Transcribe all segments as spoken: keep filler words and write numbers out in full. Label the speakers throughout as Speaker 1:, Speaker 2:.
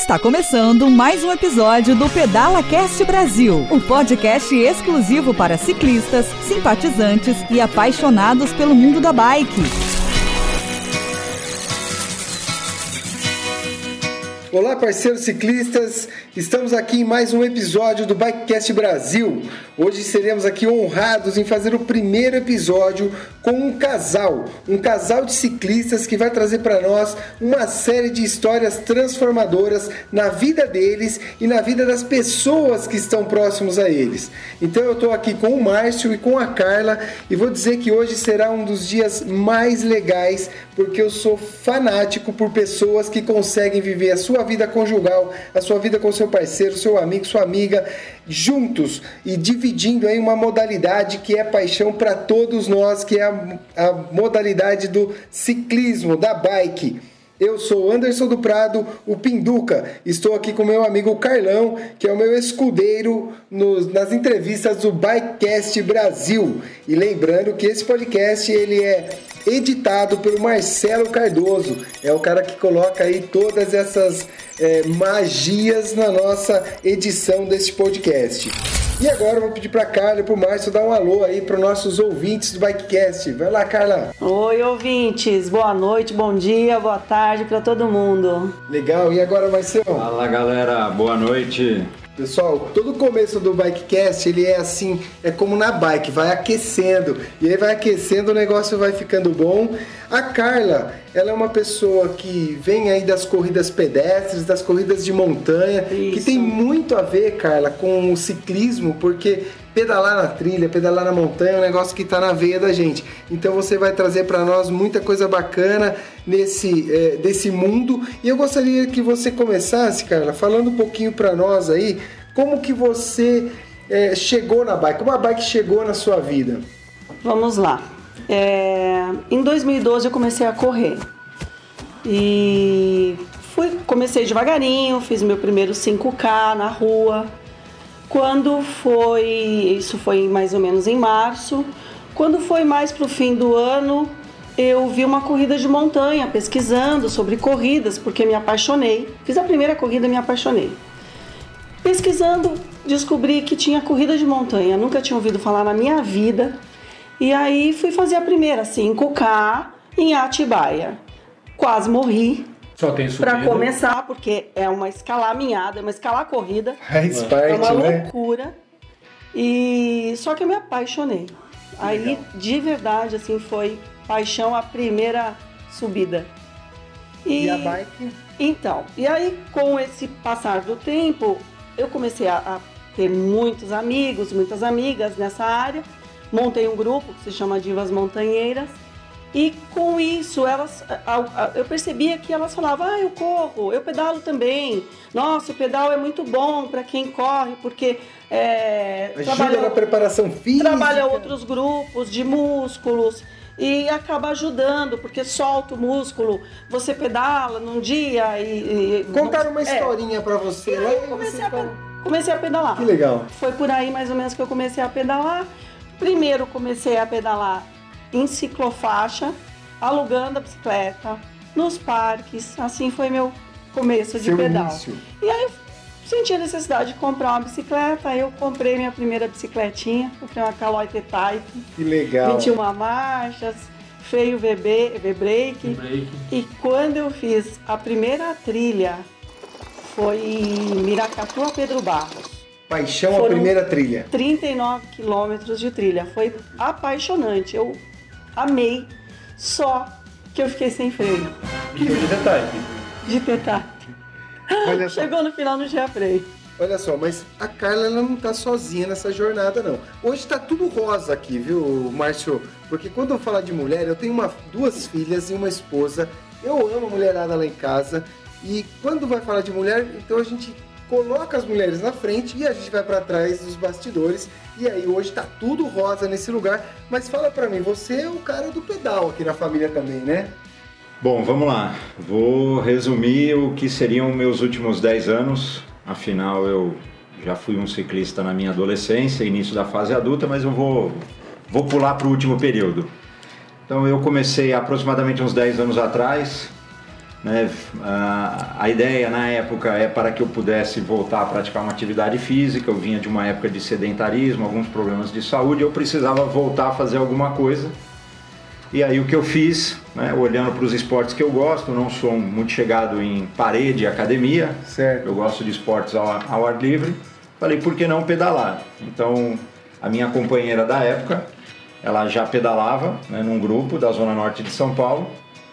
Speaker 1: Está começando mais um episódio do PedalaCast Brasil, o podcast exclusivo para ciclistas, simpatizantes e apaixonados pelo mundo da bike.
Speaker 2: Olá, parceiros ciclistas, estamos aqui em mais um episódio do BikeCast Brasil. Hoje seremos aqui honrados em fazer o primeiro episódio com um casal, um casal de ciclistas que vai trazer para nós uma série de histórias transformadoras na vida deles e na vida das pessoas que estão próximos a eles. Então eu estou aqui com o Márcio e com a Carla e vou dizer que hoje será um dos dias mais legais, porque eu sou fanático por pessoas que conseguem viver a sua vida conjugal, a sua vida com seu parceiro, seu amigo, sua amiga, juntos e dividindo aí uma modalidade que é paixão para todos nós, que é a, a modalidade do ciclismo, da bike. Eu sou o Anderson do Prado, o Pinduca. Estou aqui com meu amigo Carlão, que é o meu escudeiro nos, nas entrevistas do BikeCast Brasil. E lembrando que esse podcast ele é editado pelo Marcelo Cardoso. É o cara que coloca aí todas essas é, magias na nossa edição desse podcast. E agora eu vou pedir para a Carla e para o Márcio dar um alô aí para os nossos ouvintes do BikeCast. Vai lá, Carla.
Speaker 3: Oi, ouvintes. Boa noite, bom dia, boa tarde para todo mundo.
Speaker 2: Legal. E agora, Marcelo?
Speaker 4: Fala, galera. Boa noite.
Speaker 2: Pessoal, todo o começo do BikeCast, ele é assim, é como na bike, vai aquecendo, e aí vai aquecendo, o negócio vai ficando bom. A Carla, ela é uma pessoa que vem aí das corridas pedestres, das corridas de montanha, Isso. que tem muito a ver, Carla, com o ciclismo, porque pedalar na trilha, pedalar na montanha é um negócio que está na veia da gente. Então você vai trazer para nós muita coisa bacana nesse, é, desse mundo. E eu gostaria que você começasse, Carla, falando um pouquinho para nós aí, como que você é, chegou na bike, como a bike chegou na sua vida?
Speaker 3: Vamos lá. É, em dois mil e doze eu comecei a correr. E fui, comecei devagarinho, fiz meu primeiro cinco K na rua. Quando foi, isso foi mais ou menos em março, quando foi mais para o fim do ano, eu vi uma corrida de montanha, pesquisando sobre corridas, porque me apaixonei. Fiz a primeira corrida e me apaixonei. Pesquisando, descobri que tinha corrida de montanha, nunca tinha ouvido falar na minha vida. E aí fui fazer a primeira, cinco K, em Atibaia. Quase morri.
Speaker 4: Só tem subida.
Speaker 3: Para começar, porque é uma escalaminhada, é uma escalar corrida.
Speaker 2: Faz parte,
Speaker 3: é uma
Speaker 2: né?
Speaker 3: loucura. E só que eu me apaixonei. Aí, Legal. De verdade, assim, foi paixão a primeira subida.
Speaker 2: E, e a bike?
Speaker 3: Então, e aí com esse passar do tempo, eu comecei a, a ter muitos amigos, muitas amigas nessa área. Montei um grupo que se chama Divas Montanheiras. E com isso, elas, eu percebia que elas falavam, ah, eu corro, eu pedalo também. Nossa, o pedal é muito bom para quem corre, porque é,
Speaker 2: ajuda
Speaker 3: trabalha,
Speaker 2: na preparação física.
Speaker 3: Trabalha outros grupos de músculos e acaba ajudando, porque solta o músculo, você pedala num dia e... e
Speaker 2: Contaram uma
Speaker 3: é,
Speaker 2: historinha para você.
Speaker 3: E
Speaker 2: lá
Speaker 3: aí
Speaker 2: e
Speaker 3: comecei,
Speaker 2: você
Speaker 3: a,
Speaker 2: fala...
Speaker 3: comecei a pedalar.
Speaker 2: Que legal.
Speaker 3: Foi por aí mais ou menos que eu comecei a pedalar. Primeiro comecei a pedalar em ciclofaixa, alugando a bicicleta, nos parques, assim foi meu começo de
Speaker 2: Seu
Speaker 3: pedal.
Speaker 2: Início.
Speaker 3: E aí eu senti a necessidade de comprar uma bicicleta, aí eu comprei minha primeira bicicletinha, comprei uma Caloi T-Type.
Speaker 2: Que legal.
Speaker 3: vinte e uma marchas, freio V-brake. E quando eu fiz a primeira trilha, foi em Miracatu a Pedro Barros.
Speaker 2: Paixão
Speaker 3: Foram
Speaker 2: a primeira trilha.
Speaker 3: trinta e nove quilômetros de trilha. Foi apaixonante. Eu amei. Só que eu fiquei sem freio.
Speaker 4: De T-Type.
Speaker 3: De T-Type.
Speaker 2: Olha só.
Speaker 3: Chegou no final, não tinha freio.
Speaker 2: Olha só, mas a Carla ela não tá sozinha nessa jornada, não. Hoje tá tudo rosa aqui, viu, Márcio? Porque quando eu falar de mulher, eu tenho uma, duas filhas e uma esposa. Eu amo a mulherada lá em casa. E quando vai falar de mulher, então a gente coloca as mulheres na frente e a gente vai para trás dos bastidores. E aí hoje tá tudo rosa nesse lugar. Mas fala para mim, você é o cara do pedal aqui na família também, né?
Speaker 4: Bom, vamos lá. Vou resumir o que seriam meus últimos dez anos. Afinal, eu já fui um ciclista na minha adolescência, início da fase adulta, mas eu vou, vou pular para o último período. Então eu comecei aproximadamente uns dez anos atrás né? A, a ideia na época é para que eu pudesse voltar a praticar uma atividade física. Eu vinha de uma época de sedentarismo, alguns problemas de saúde, eu precisava voltar a fazer alguma coisa. E aí o que eu fiz, né, olhando para os esportes que eu gosto, não sou muito chegado em parede e academia,
Speaker 2: certo.
Speaker 4: Eu gosto de esportes ao, ao ar livre, falei, por que não pedalar? Então, a minha companheira da época, ela já pedalava, né, num grupo da Zona Norte de São Paulo,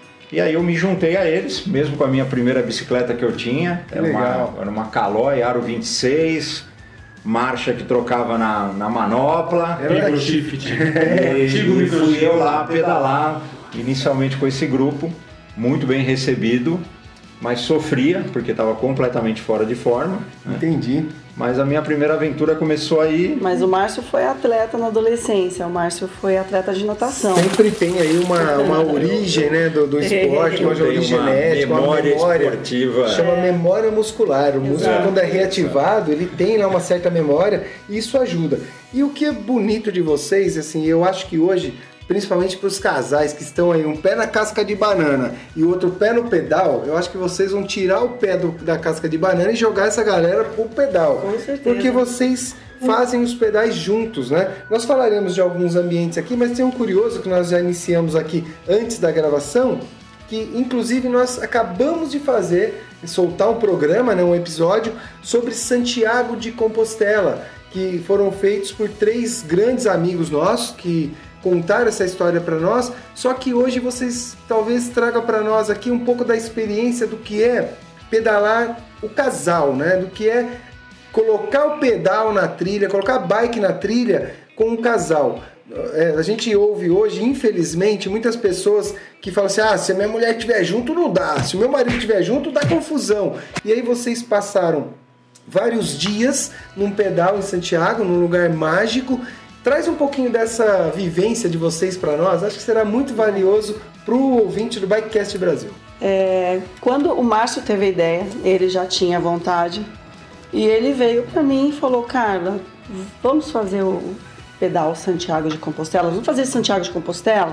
Speaker 4: e aí eu me juntei a eles, mesmo com a minha primeira bicicleta que eu tinha, era uma, era uma Caloi Aro vinte e seis, marcha que trocava na, na manopla.
Speaker 5: Era shift.
Speaker 4: É, e fui eu lá pedalar, inicialmente com esse grupo, muito bem recebido, mas sofria, porque estava completamente fora de forma. Né?
Speaker 2: Entendi.
Speaker 4: Mas a minha primeira aventura começou aí...
Speaker 3: Mas o Márcio foi atleta na adolescência, o Márcio foi atleta de natação.
Speaker 2: Sempre tem aí uma, uma origem, né, do, do esporte, uma origem genética, uma memória, memória esportiva. Chama é. memória muscular. O músculo, Exato. quando é reativado, ele tem lá uma certa memória e isso ajuda. E o que é bonito de vocês, assim, eu acho que hoje... principalmente para os casais que estão aí, um pé na casca de banana e o outro pé no pedal, eu acho que vocês vão tirar o pé do, da casca de banana e jogar essa galera pro pedal.
Speaker 3: Com certeza.
Speaker 2: Porque vocês fazem os pedais juntos, né? Nós falaremos de alguns ambientes aqui, mas tem um curioso que nós já iniciamos aqui antes da gravação, que inclusive nós acabamos de fazer, soltar um programa, né, um episódio sobre Santiago de Compostela, que foram feitos por três grandes amigos nossos que contar essa história para nós, só que hoje vocês talvez tragam para nós aqui um pouco da experiência do que é pedalar o casal, né? Do que é colocar o pedal na trilha, colocar a bike na trilha com o casal. É, a gente ouve hoje, infelizmente, muitas pessoas que falam assim, ah, se a minha mulher estiver junto não dá, se o meu marido estiver junto dá confusão. E aí vocês passaram vários dias num pedal em Santiago, num lugar mágico. Traz um pouquinho dessa vivência de vocês para nós, acho que será muito valioso para o ouvinte do Bikecast Brasil.
Speaker 3: É, quando o Márcio teve a ideia, ele já tinha vontade, e ele veio para mim e falou, Carla, vamos fazer o pedal Santiago de Compostela, vamos fazer Santiago de Compostela?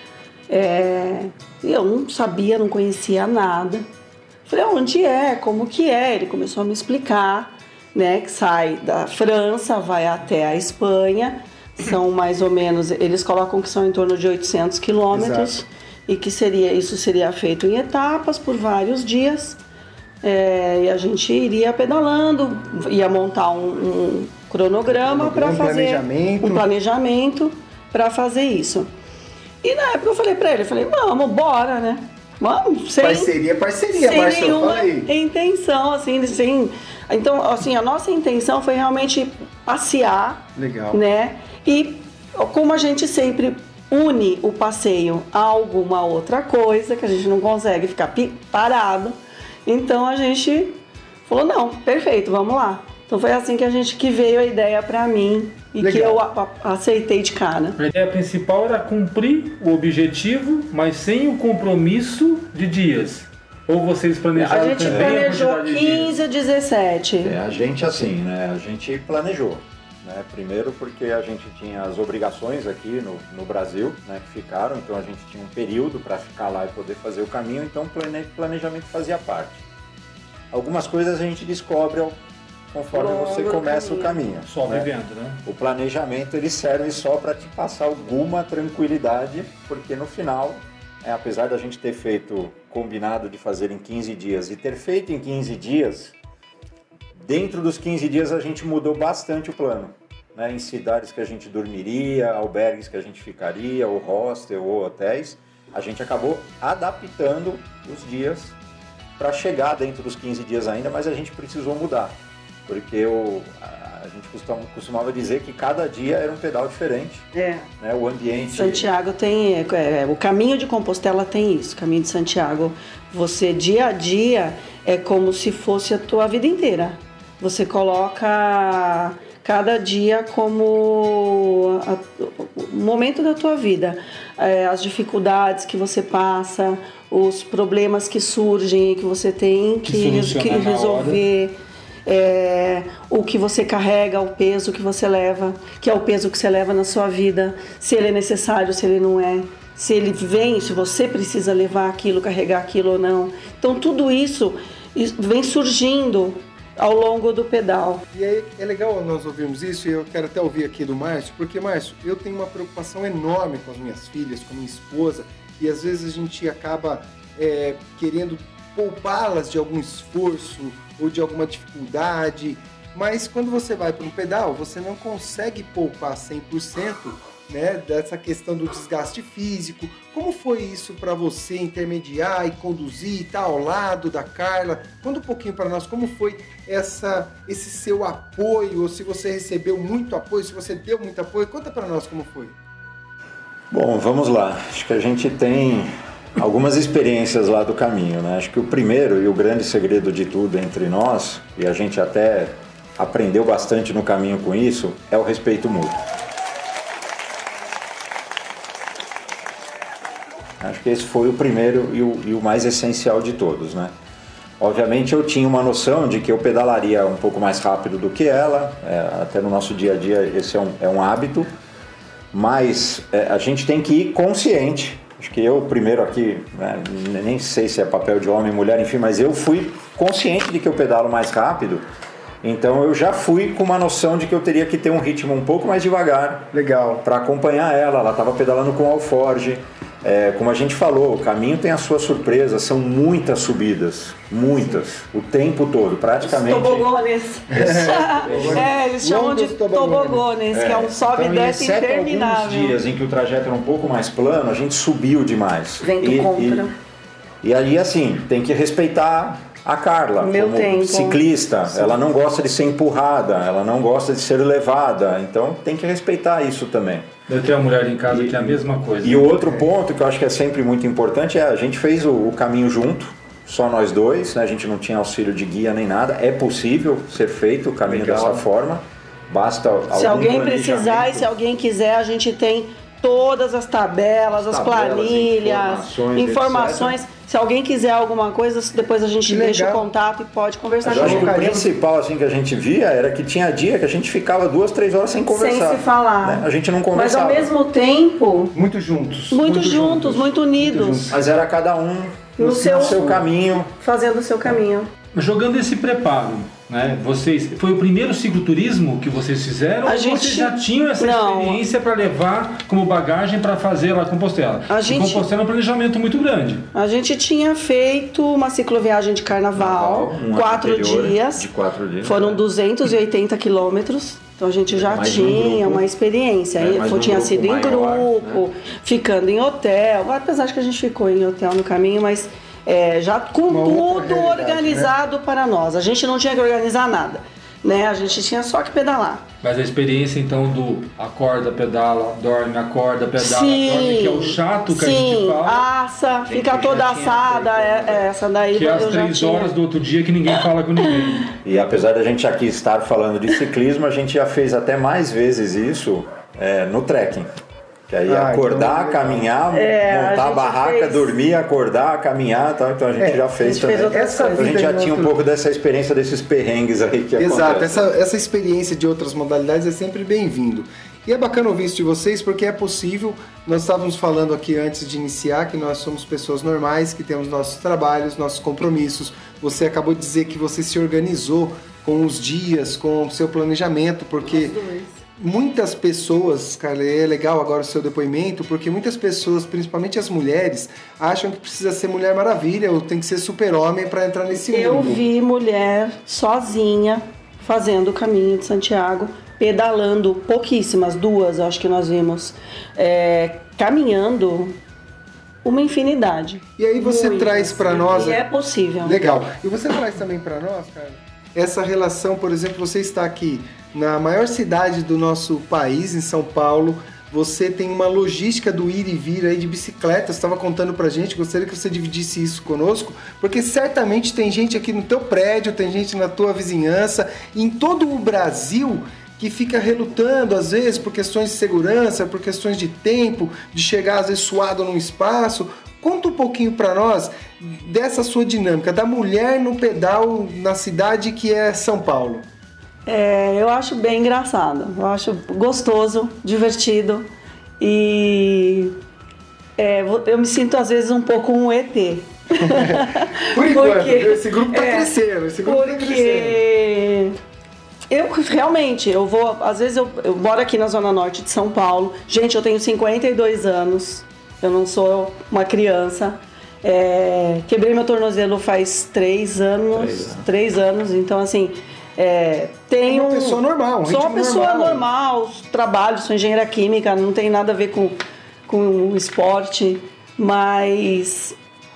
Speaker 3: É, eu não sabia, não conhecia nada. Falei, onde é, como que é? Ele começou a me explicar, né, que sai da França, vai até a Espanha, são mais ou menos, eles colocam que são em torno de oitocentos quilômetros, e que seria, isso seria feito em etapas por vários dias, é, e a gente iria pedalando, ia montar um, um cronograma para fazer
Speaker 2: planejamento.
Speaker 3: um planejamento para fazer isso. E na época eu falei para ele, eu falei, vamos, bora, né? Vamos, sem,
Speaker 2: parceria, parceria,
Speaker 3: sem
Speaker 2: Marcio,
Speaker 3: nenhuma
Speaker 2: fala aí.
Speaker 3: intenção, assim, sem... Então, assim, a nossa intenção foi realmente passear,
Speaker 2: Legal.
Speaker 3: né? E como a gente sempre une o passeio a alguma outra coisa, que a gente não consegue ficar parado, então a gente falou, não, perfeito, vamos lá. Então foi assim que a gente que veio a ideia para mim e Legal. que eu a, a, aceitei de cara.
Speaker 5: A ideia principal era cumprir o objetivo, mas sem o compromisso de dias. Ou vocês planejaram?
Speaker 3: A gente planejou quinze a dezessete.
Speaker 4: É, a gente assim, né? A gente planejou. Né? Primeiro porque a gente tinha as obrigações aqui no, no Brasil, né, que ficaram, então a gente tinha um período para ficar lá e poder fazer o caminho, então o planejamento fazia parte. Algumas coisas a gente descobre ao conforme Longo você começa caminho. o caminho.
Speaker 5: Só
Speaker 4: né?
Speaker 5: vivendo, né?
Speaker 4: O planejamento ele serve só para te passar alguma tranquilidade, porque no final, é, apesar da gente ter feito combinado de fazer em quinze dias e ter feito em quinze dias, dentro dos quinze dias a gente mudou bastante o plano. Né? Em cidades que a gente dormiria, albergues que a gente ficaria, ou hostel, ou hotéis, a gente acabou adaptando os dias para chegar dentro dos quinze dias ainda, mas a gente precisou mudar. Porque o, a, a gente costumava, costumava dizer que cada dia era um pedal diferente.
Speaker 3: É.
Speaker 4: Né? O ambiente...
Speaker 3: Santiago tem... É, é, o caminho de Compostela tem isso. O caminho de Santiago, você dia a dia é como se fosse a tua vida inteira. Você coloca cada dia como a, o momento da tua vida. É, as dificuldades que você passa, os problemas que surgem e que você tem que, que, que resolver... É, o que você carrega, o peso que você leva, que é o peso que você leva na sua vida, se ele é necessário, se ele não é. se ele vem, se você precisa levar aquilo, carregar aquilo ou não. Então tudo isso vem surgindo ao longo do pedal.
Speaker 2: E aí é legal nós ouvirmos isso, e eu quero até ouvir aqui do Márcio, porque, Márcio, eu tenho uma preocupação enorme com as minhas filhas, com a minha esposa, e às vezes a gente acaba é, querendo poupá-las de algum esforço ou de alguma dificuldade, mas quando você vai para um pedal, você não consegue poupar cem por cento, né, dessa questão do desgaste físico. Como foi isso para você intermediar e conduzir, estar ao lado da Carla? Conta um pouquinho para nós como foi essa, esse seu apoio, ou se você recebeu muito apoio, se você deu muito apoio. Conta para nós como foi.
Speaker 4: Bom, vamos lá. Acho que a gente tem algumas experiências lá do caminho, né? Acho que o primeiro e o grande segredo de tudo entre nós, e a gente até aprendeu bastante no caminho com isso, é o respeito mútuo. Acho que esse foi o primeiro e o, e o mais essencial de todos, né? Obviamente eu tinha uma noção de que eu pedalaria um pouco mais rápido do que ela, é, até no nosso dia a dia esse é um, é um hábito, mas é, a gente tem que ir consciente. Acho que eu primeiro aqui, né, nem sei se é papel de homem, mulher, enfim, mas eu fui consciente de que eu pedalo mais rápido. Então eu já fui com uma noção de que eu teria que ter um ritmo um pouco mais devagar.
Speaker 2: Legal.
Speaker 4: Para acompanhar ela. Ela estava pedalando com o Alforge. É, como a gente falou, o caminho tem a sua surpresa, são muitas subidas, muitas, o tempo todo, praticamente.
Speaker 3: Os tobogones. É, eles chamam de tobogones, é, que é um sobe
Speaker 4: então,
Speaker 3: e desce interminável.
Speaker 4: Alguns dias em que o trajeto era um pouco mais plano, a gente subiu demais.
Speaker 3: Vento
Speaker 4: e,
Speaker 3: contra.
Speaker 4: E, e aí, assim, tem que respeitar a Carla,
Speaker 3: Meu
Speaker 4: como
Speaker 3: tempo.
Speaker 4: ciclista. Sim. Ela não gosta de ser empurrada, ela não gosta de ser levada, então tem que respeitar isso também.
Speaker 5: Eu tenho uma mulher em casa e, que é a mesma coisa.
Speaker 4: E o outro ponto que eu acho que é sempre muito importante é a gente fez o, o caminho junto, só nós dois, né? A gente não tinha auxílio de guia nem nada. É possível ser feito o caminho Legal. dessa forma, basta
Speaker 3: se alguém precisar e se alguém quiser, a gente tem todas as tabelas, as, as tabelas, planilhas, informações, informações. Se alguém quiser alguma coisa, depois a gente que deixa legal. o contato e pode conversar com a gente.
Speaker 4: O principal assim, que a gente via era que tinha dia que a gente ficava duas, três horas sem conversar.
Speaker 3: Sem se falar.
Speaker 4: Né? A gente não conversava.
Speaker 3: Mas ao mesmo tempo...
Speaker 2: Muito juntos.
Speaker 3: Muito, muito juntos, juntos, muito unidos. Muito juntos.
Speaker 4: Mas era cada um no, no, seu, no seu caminho.
Speaker 3: Fazendo o seu caminho.
Speaker 5: Jogando esse preparo, né? Vocês, foi o primeiro cicloturismo que vocês fizeram?
Speaker 3: A
Speaker 5: ou
Speaker 3: gente...
Speaker 5: vocês já tinham essa
Speaker 3: não.
Speaker 5: experiência para levar como bagagem para fazer lá Compostela?
Speaker 3: A gente...
Speaker 5: Compostela é um planejamento muito grande.
Speaker 3: A gente tinha feito uma cicloviagem de carnaval, um quatro dias,
Speaker 4: de quatro dias.
Speaker 3: Foram duzentos e oitenta quilômetros. Então a gente já mais tinha um uma experiência. É, Foi, um tinha sido em
Speaker 4: maior,
Speaker 3: grupo,
Speaker 4: né?
Speaker 3: Ficando em hotel. Apesar de que a gente ficou em hotel no caminho, mas é, já com uma tudo organizado, né? Para nós. A gente não tinha que organizar nada, né? A gente tinha só que pedalar.
Speaker 5: Mas a experiência então do acorda, pedala, dorme, acorda, pedala,
Speaker 3: sim,
Speaker 5: dorme, que é o chato que
Speaker 3: sim,
Speaker 5: a gente fala.
Speaker 3: Assa, fica toda assada, é, é, essa daí.
Speaker 5: Que é às três horas do outro dia que ninguém fala com ninguém.
Speaker 4: E apesar da gente aqui estar falando de ciclismo, a gente já fez até mais vezes isso é, no trekking. Que aí ah, acordar, então, caminhar, é, montar a, a barraca, fez... dormir, acordar, caminhar, tal. Então a gente é, já fez a gente também. Fez essa a gente já tinha outro... um pouco dessa experiência desses perrengues aí que
Speaker 2: Exato, essa, essa experiência de outras modalidades é sempre bem-vindo. E é bacana ouvir isso de vocês porque é possível. Nós estávamos falando aqui antes de iniciar que nós somos pessoas normais, que temos nossos trabalhos, nossos compromissos. Você acabou de dizer que você se organizou com os dias, com o seu planejamento, porque... Muitas pessoas, Carla, é legal agora o seu depoimento, porque muitas pessoas, principalmente as mulheres, acham que precisa ser Mulher Maravilha ou tem que ser super-homem para entrar nesse mundo.
Speaker 3: Eu vi mulher sozinha fazendo o caminho de Santiago, pedalando pouquíssimas, duas acho que nós vimos, é, caminhando uma infinidade.
Speaker 2: E aí você Muito traz para nós...
Speaker 3: E é possível.
Speaker 2: Legal. E você traz também para nós, Carla, essa relação, por exemplo, você está aqui na maior cidade do nosso país, em São Paulo, você tem uma logística do ir e vir aí de bicicleta, você estava contando pra gente, gostaria que você dividisse isso conosco, porque certamente tem gente aqui no teu prédio, tem gente na tua vizinhança, em todo o Brasil, que fica relutando às vezes por questões de segurança, por questões de tempo, de chegar às vezes suado num espaço. Conta um pouquinho para nós dessa sua dinâmica, da mulher no pedal na cidade que é São Paulo.
Speaker 3: É, eu acho bem engraçado, eu acho gostoso, divertido e é, eu me sinto às vezes um pouco um E T.
Speaker 2: Por enquanto,
Speaker 3: porque,
Speaker 2: esse grupo tá
Speaker 3: é,
Speaker 2: crescendo, esse grupo
Speaker 3: porque
Speaker 2: tá crescendo.
Speaker 3: Eu realmente, eu vou, às vezes eu, eu moro aqui na Zona Norte de São Paulo. Gente, eu tenho cinquenta e dois anos, eu não sou uma criança. É, quebrei meu tornozelo faz três anos,
Speaker 4: Três, né?
Speaker 3: três anos, então assim, é, tenho...
Speaker 2: Uma pessoa normal, um
Speaker 3: Sou uma
Speaker 2: ritmo
Speaker 3: pessoa
Speaker 2: normal.
Speaker 3: normal, trabalho, sou engenheira química, não tem nada a ver com, com o esporte, mas...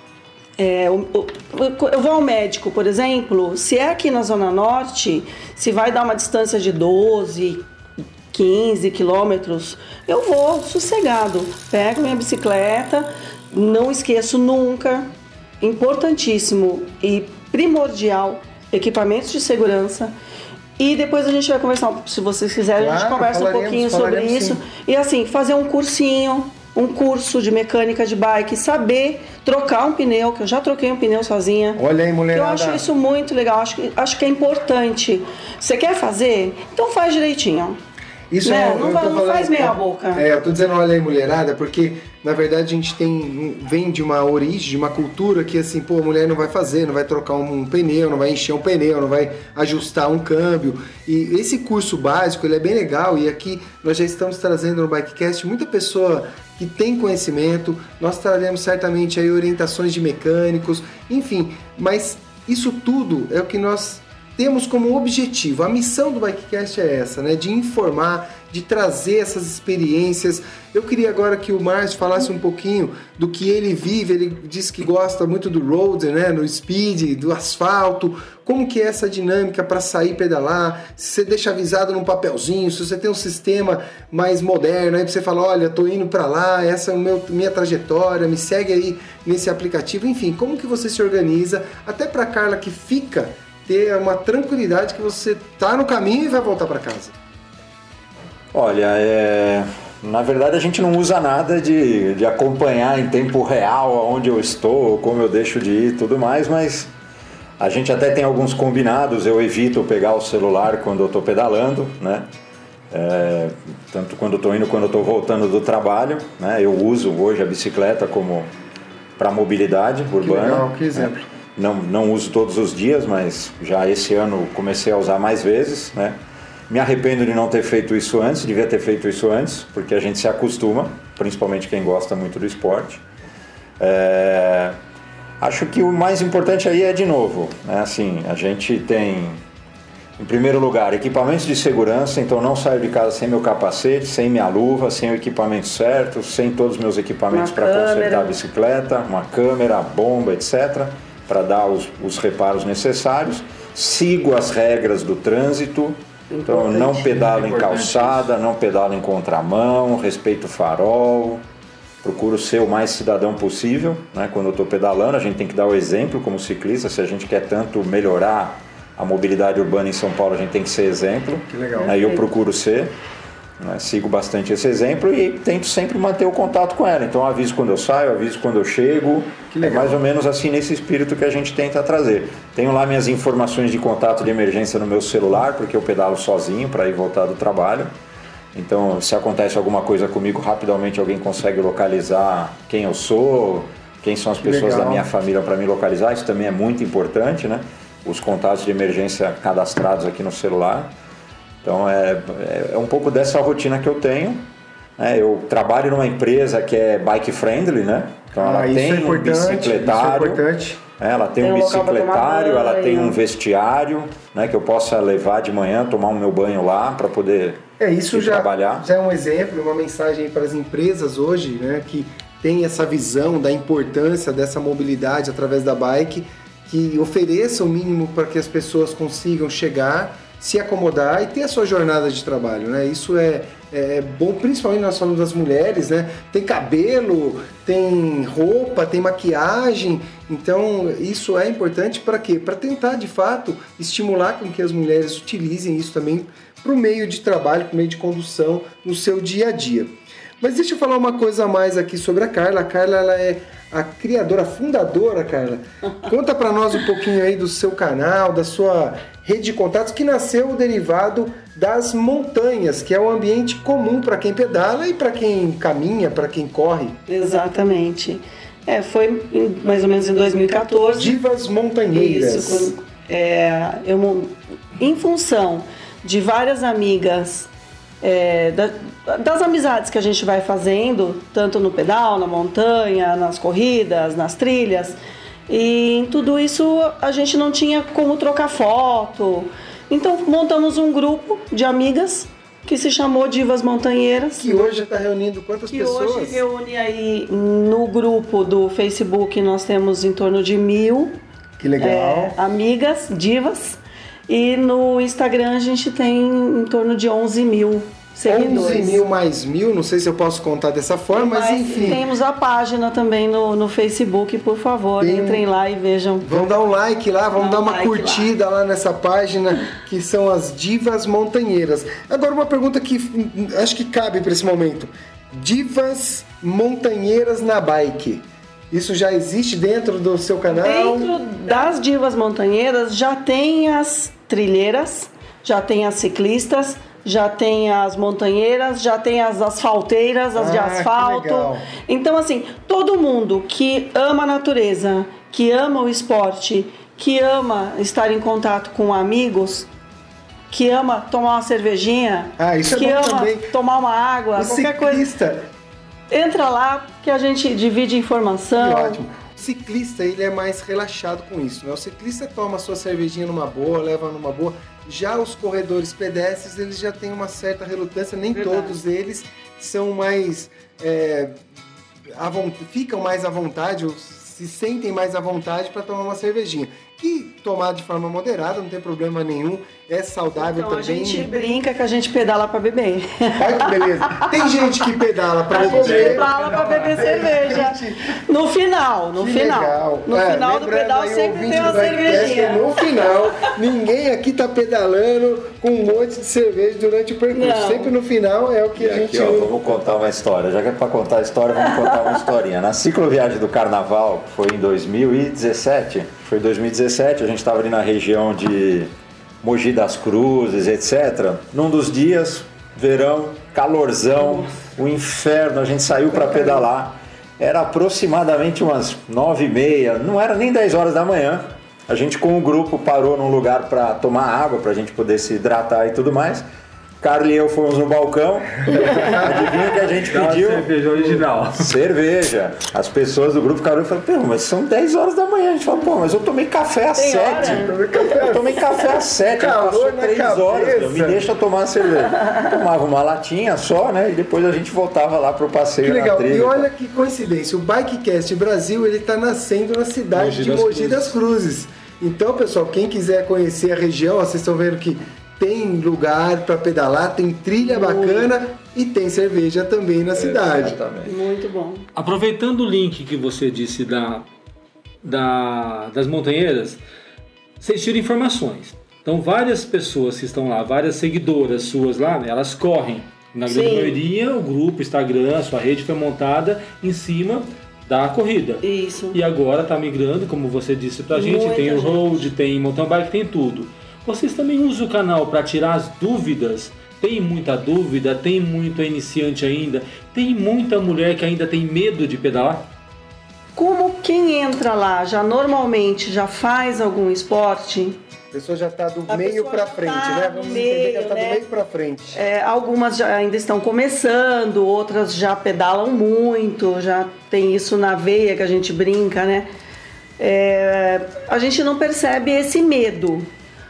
Speaker 3: É, eu, eu, eu vou ao médico, por exemplo, se é aqui na Zona Norte, se vai dar uma distância de doze, quinze quilômetros, eu vou sossegado, pego minha bicicleta, não esqueço nunca, importantíssimo e primordial, equipamentos de segurança. E depois a gente vai conversar, se vocês quiserem,
Speaker 2: Claro,
Speaker 3: a gente conversa um pouquinho sobre isso.
Speaker 2: Sim.
Speaker 3: E assim, fazer um cursinho, um curso de mecânica de bike, saber trocar um pneu, que eu já troquei um pneu sozinha.
Speaker 2: Olha aí, mulherada.
Speaker 3: Eu acho isso muito legal, acho que, acho que é importante. Você quer fazer? Então faz direitinho.
Speaker 2: Isso
Speaker 3: Né?
Speaker 2: é,
Speaker 3: Não
Speaker 2: eu
Speaker 3: vai-
Speaker 2: tô
Speaker 3: não
Speaker 2: falando-
Speaker 3: faz meia boca.
Speaker 2: É, eu tô dizendo olha aí, mulherada, porque na verdade a gente tem vem de uma origem, de uma cultura que assim, pô, a mulher não vai fazer, não vai trocar um, um pneu, não vai encher um pneu, não vai ajustar um câmbio. E esse curso básico, ele é bem legal e aqui nós já estamos trazendo no BikeCast muita pessoa que tem conhecimento, nós traremos certamente aí orientações de mecânicos, enfim, mas isso tudo é o que nós temos como objetivo. A missão do BikeCast é essa, né? De informar, de trazer essas experiências. Eu queria agora que o Márcio falasse um pouquinho do que ele vive. Ele disse que gosta muito do road, né? No speed, do asfalto. Como que é essa dinâmica para sair e pedalar? Se você deixa avisado num papelzinho, se você tem um sistema mais moderno, aí você fala, olha, tô indo para lá, essa é a meu, minha trajetória, me segue aí nesse aplicativo. Enfim, como que você se organiza? Até para Carla que fica ter uma tranquilidade que você tá no caminho e vai voltar para casa.
Speaker 4: Olha, é... na verdade a gente não usa nada de, de acompanhar em tempo real onde eu estou, como eu deixo de ir e tudo mais, mas a gente até tem alguns combinados. Eu evito pegar o celular quando eu estou pedalando, né? É... tanto quando eu estou indo quando eu estou voltando do trabalho, né? Eu uso hoje a bicicleta como para mobilidade urbana.
Speaker 2: Que legal, que exemplo.
Speaker 4: Né? Não, não uso todos os dias, mas já esse ano comecei a usar mais vezes, né? Me arrependo de não ter feito isso antes, devia ter feito isso antes, porque a gente se acostuma, principalmente quem gosta muito do esporte. É... Acho que o mais importante aí é, de novo, né? Assim, a gente tem, em primeiro lugar, equipamentos de segurança, então não saio de casa sem meu capacete, sem minha luva, sem o equipamento certo, sem todos os meus equipamentos para consertar a bicicleta, uma câmera, bomba, etcétera, para dar os, os reparos necessários. Sigo as regras do trânsito, então não pedalo em calçada, não pedalo em contramão, respeito o farol, procuro ser o mais cidadão possível, né? Quando eu estou pedalando, a gente tem que dar o exemplo como ciclista. Se a gente quer tanto melhorar a mobilidade urbana em São Paulo, a gente tem que ser exemplo.
Speaker 2: Que legal.
Speaker 4: Aí eu procuro ser, né? Sigo bastante esse exemplo e tento sempre manter o contato com ela. Então eu aviso quando eu saio, eu aviso quando eu chego.
Speaker 2: Que legal.
Speaker 4: É mais ou menos assim nesse espírito que a gente tenta trazer. Tenho lá minhas informações de contato de emergência no meu celular, porque eu pedalo sozinho para ir voltar do trabalho. Então, se acontece alguma coisa comigo, rapidamente alguém consegue localizar quem eu sou, quem são as pessoas
Speaker 2: Legal.
Speaker 4: da minha família para me localizar. Isso também é muito importante, né? Os contatos de emergência cadastrados aqui no celular. Então, é, é um pouco dessa rotina que eu tenho. Né? Eu trabalho numa empresa que é bike friendly, né? Então, ela
Speaker 2: Ah, isso
Speaker 4: tem
Speaker 2: é
Speaker 4: um
Speaker 2: importante, isso é
Speaker 4: bicicletário.
Speaker 2: importante.
Speaker 4: Ela tem,
Speaker 3: Tem
Speaker 4: um
Speaker 3: um local pra tomar
Speaker 4: bicicletário, ela
Speaker 3: banho.
Speaker 4: tem um vestiário, né, que eu possa levar de manhã, tomar o meu banho lá para poder
Speaker 2: É, isso
Speaker 4: ir
Speaker 2: já,
Speaker 4: trabalhar.
Speaker 2: já é um exemplo, uma mensagem para as empresas hoje, né, que tem essa visão da importância dessa mobilidade através da bike, que ofereça o mínimo para que as pessoas consigam chegar, se acomodar e ter a sua jornada de trabalho, né? Isso é, é bom, principalmente nós falamos das mulheres, né? Tem cabelo, tem roupa, tem maquiagem, então isso é importante para quê? Para tentar, de fato, estimular com que as mulheres utilizem isso também para o meio de trabalho, para o meio de condução no seu dia a dia. Mas deixa eu falar uma coisa a mais aqui sobre a Carla. A Carla ela é a criadora, a fundadora, Carla. Conta para nós um pouquinho aí do seu canal, da sua rede de contatos, que nasceu derivado das montanhas, que é um ambiente comum para quem pedala e para quem caminha, para quem corre.
Speaker 3: Exatamente. É, foi em, mais ou menos em dois mil e quatorze.
Speaker 2: Divas Montanheiras.
Speaker 3: Isso, quando, é, eu, em função de várias amigas, é, da, das amizades que a gente vai fazendo, tanto no pedal, na montanha, nas corridas, nas trilhas, e em tudo isso a gente não tinha como trocar foto. Então montamos um grupo de amigas que se chamou Divas Montanheiras.
Speaker 2: Que hoje está reunindo quantas
Speaker 3: que
Speaker 2: pessoas?
Speaker 3: Que hoje reúne aí no grupo do Facebook, nós temos em torno de mil.
Speaker 2: Que legal.
Speaker 3: É, amigas, divas. E no Instagram a gente tem em torno de onze mil seguidores.
Speaker 2: onze mil mais mil, não sei se eu posso contar dessa forma, mas, mas enfim.
Speaker 3: Temos a página também no, no Facebook, por favor, Tem... entrem lá e vejam.
Speaker 2: Vamos dar um like lá, vamos Dá dar uma like curtida lá. lá nessa página, que são as Divas Montanheiras. Agora uma pergunta que acho que cabe para esse momento. Divas Montanheiras na bike. Isso já existe dentro do seu canal?
Speaker 3: Dentro das Divas Montanheiras já tem as trilheiras, já tem as ciclistas, já tem as montanheiras, já tem as asfalteiras, as ah, de asfalto. Então, assim, todo mundo que ama a natureza, que ama o esporte, que ama estar em contato com amigos, que ama tomar uma cervejinha,
Speaker 2: ah, isso
Speaker 3: que
Speaker 2: é bom
Speaker 3: ama
Speaker 2: também.
Speaker 3: tomar uma água,
Speaker 2: o
Speaker 3: qualquer
Speaker 2: ciclista.
Speaker 3: coisa. Entra lá que a gente divide informação.
Speaker 2: Que ótimo. O ciclista, ele é mais relaxado com isso, né? O ciclista toma a sua cervejinha numa boa, leva numa boa. Já os corredores pedestres, eles já têm uma certa relutância, nem Verdade. Todos eles são mais... É, ficam mais à vontade, ou se sentem mais à vontade para tomar uma cervejinha. Que tomar de forma moderada, não tem problema nenhum, é saudável
Speaker 3: então,
Speaker 2: também.
Speaker 3: A gente brinca que a gente pedala para beber.
Speaker 2: Olha que beleza. Tem gente que pedala para beber.
Speaker 3: A gente pedala para beber cerveja. No final, no
Speaker 2: que
Speaker 3: final.
Speaker 2: Legal.
Speaker 3: No
Speaker 2: é,
Speaker 3: final do pedal sempre tem uma cervejinha.
Speaker 2: No final, ninguém aqui tá pedalando com um monte de cerveja durante o percurso. Não. Sempre no final é o que
Speaker 4: e
Speaker 2: a gente...
Speaker 4: Aqui, ó, vamos contar uma história. Já que é para contar a história, vamos contar uma historinha. Na cicloviagem do Carnaval, que foi em dois mil e dezessete, foi dois mil e dezessete, a gente estava ali na região de Mogi das Cruzes, etcétera. Num dos dias, verão, calorzão, o inferno, a gente saiu para pedalar. Era aproximadamente umas nove e meia, não era nem dez horas da manhã. A gente com o grupo parou num lugar para tomar água, para a gente poder se hidratar e tudo mais. Carlos e eu fomos no balcão. Adivinha o que a gente pediu?
Speaker 5: Cerveja original.
Speaker 4: Cerveja. As pessoas do grupo ficaram e falaram, pô, mas são dez horas da manhã. A gente falou, pô, mas eu tomei café às sete. Eu tomei café às sete. Passou três horas. Meu, me deixa tomar a cerveja. Tomava uma latinha só, né? E depois a gente voltava lá pro passeio.
Speaker 2: Que legal.
Speaker 4: Na trilha.
Speaker 2: E olha que coincidência. O Bikecast Brasil, ele tá nascendo na cidade Mogi de Mogi das Cruzes. Então, pessoal, quem quiser conhecer a região, ó, vocês estão vendo que tem lugar para pedalar, tem trilha Muito. bacana e tem cerveja também na cidade.
Speaker 3: Exatamente. Muito bom.
Speaker 5: Aproveitando o link que você disse da, da, das montanheiras, vocês tiram informações. Então várias pessoas que estão lá, várias seguidoras suas lá, elas correm. Na grande maioria, o grupo, o Instagram, a sua rede foi montada em cima da corrida.
Speaker 3: Isso.
Speaker 5: E agora está migrando, como você disse pra gente, Muita tem o road, gente. tem mountain bike, tem tudo. Vocês também usam o canal para tirar as dúvidas? Tem muita dúvida? Tem muito iniciante ainda? Tem muita mulher que ainda tem medo de pedalar?
Speaker 3: Como quem entra lá já normalmente já faz algum esporte...
Speaker 2: A pessoa já está do meio para frente, tá né? Vamos meio, entender que ela está né? do meio para frente.
Speaker 3: É, algumas já ainda estão começando, outras já pedalam muito, já tem isso na veia que a gente brinca, né? É, a gente não percebe esse medo.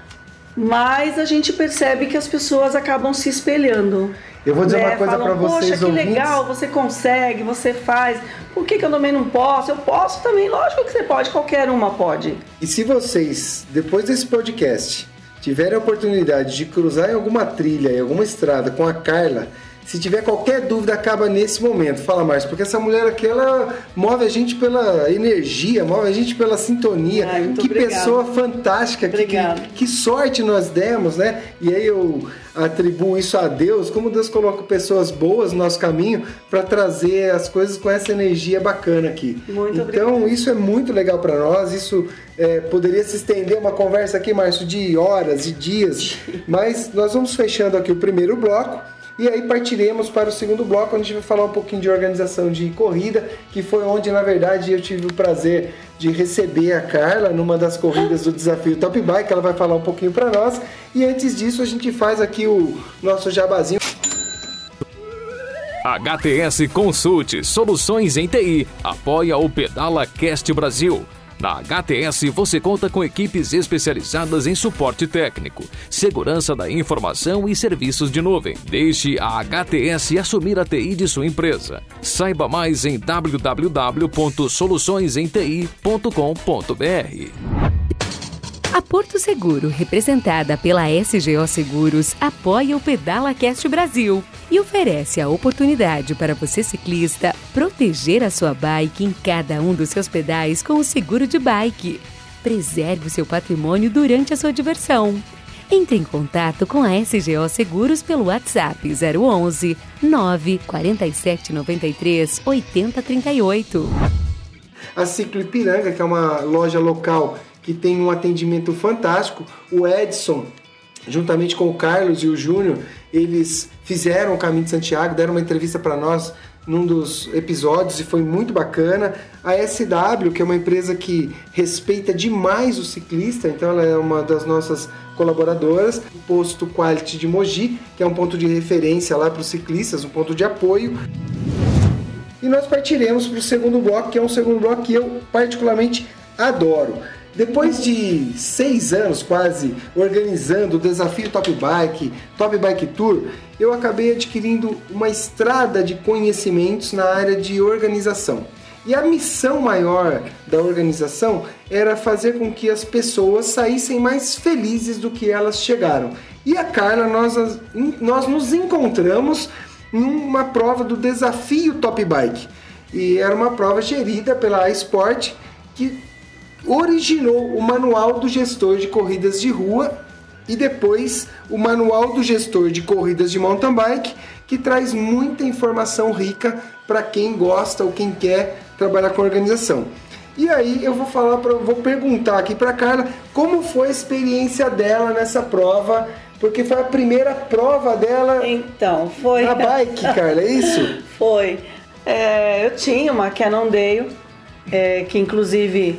Speaker 3: Mas a gente percebe que as pessoas acabam se espelhando.
Speaker 2: Eu vou dizer
Speaker 3: né?
Speaker 2: uma coisa para vocês,
Speaker 3: Poxa, que
Speaker 2: ouvintes.
Speaker 3: legal, você consegue, você faz. Por que, que eu também não posso? Eu posso também, lógico que você pode, qualquer uma pode.
Speaker 2: E se vocês, depois desse podcast, tiverem a oportunidade de cruzar em alguma trilha, em alguma estrada com a Carla, Se tiver qualquer dúvida, acaba nesse momento. Fala, Márcio, porque essa mulher aqui, ela move a gente pela energia, move a gente pela sintonia.
Speaker 3: Ai,
Speaker 2: que
Speaker 3: obrigada.
Speaker 2: Pessoa fantástica, que, que, que sorte nós demos, né? E aí eu atribuo isso a Deus, como Deus coloca pessoas boas no nosso caminho para trazer as coisas com essa energia bacana aqui.
Speaker 3: Muito
Speaker 2: então,
Speaker 3: obrigada.
Speaker 2: Isso é muito legal para nós, isso é, poderia se estender uma conversa aqui, Márcio, de horas e dias, mas nós vamos fechando aqui o primeiro bloco. E aí partiremos para o segundo bloco, onde a gente vai falar um pouquinho de organização de corrida, que foi onde, na verdade, eu tive o prazer de receber a Carla numa das corridas do Desafio Top Bike. Ela vai falar um pouquinho para nós. E antes disso, a gente faz aqui o nosso jabazinho.
Speaker 6: H T S Consulte Soluções em T I apoia o Pedala Cast Brasil. Na H T S você conta com equipes especializadas em suporte técnico, segurança da informação e serviços de nuvem. Deixe a H T S assumir a T I de sua empresa. Saiba mais em w w w ponto soluções em t i ponto com ponto b r.
Speaker 7: A Porto Seguro, representada pela S G O Seguros, apoia o Pedala Cast Brasil e oferece a oportunidade para você, ciclista, proteger a sua bike em cada um dos seus pedais com o seguro de bike. Preserve o seu patrimônio durante a sua diversão. Entre em contato com a S G O Seguros pelo WhatsApp zero onze, nove quatro sete nove três, oito zero três oito.
Speaker 2: A Ciclo Ipiranga, que é uma loja local que tem um atendimento fantástico. O Edson, juntamente com o Carlos e o Júnior, eles fizeram o Caminho de Santiago, deram uma entrevista para nós num dos episódios e foi muito bacana. A S W, que é uma empresa que respeita demais o ciclista, então ela é uma das nossas colaboradoras. O Posto Quality de Mogi, que é um ponto de referência lá para os ciclistas, um ponto de apoio. E nós partiremos para o segundo bloco, que é um segundo bloco que eu particularmente adoro. Depois de seis anos quase organizando o Desafio Top Bike, Top Bike Tour, eu acabei adquirindo uma estrada de conhecimentos na área de organização. E a missão maior da organização era fazer com que as pessoas saíssem mais felizes do que elas chegaram. E a Carla, nós, nós nos encontramos numa prova do Desafio Top Bike. E era uma prova gerida pela iSport, que originou o Manual do Gestor de Corridas de Rua e depois o Manual do Gestor de Corridas de Mountain Bike, que traz muita informação rica para quem gosta ou quem quer trabalhar com organização. E aí eu vou falar, pra, vou perguntar aqui para Carla como foi a experiência dela nessa prova, porque foi a primeira prova dela.
Speaker 3: Então, foi.
Speaker 2: Na bike, Carla, é isso?
Speaker 3: Foi. É, eu tinha uma Cannondale, é, que inclusive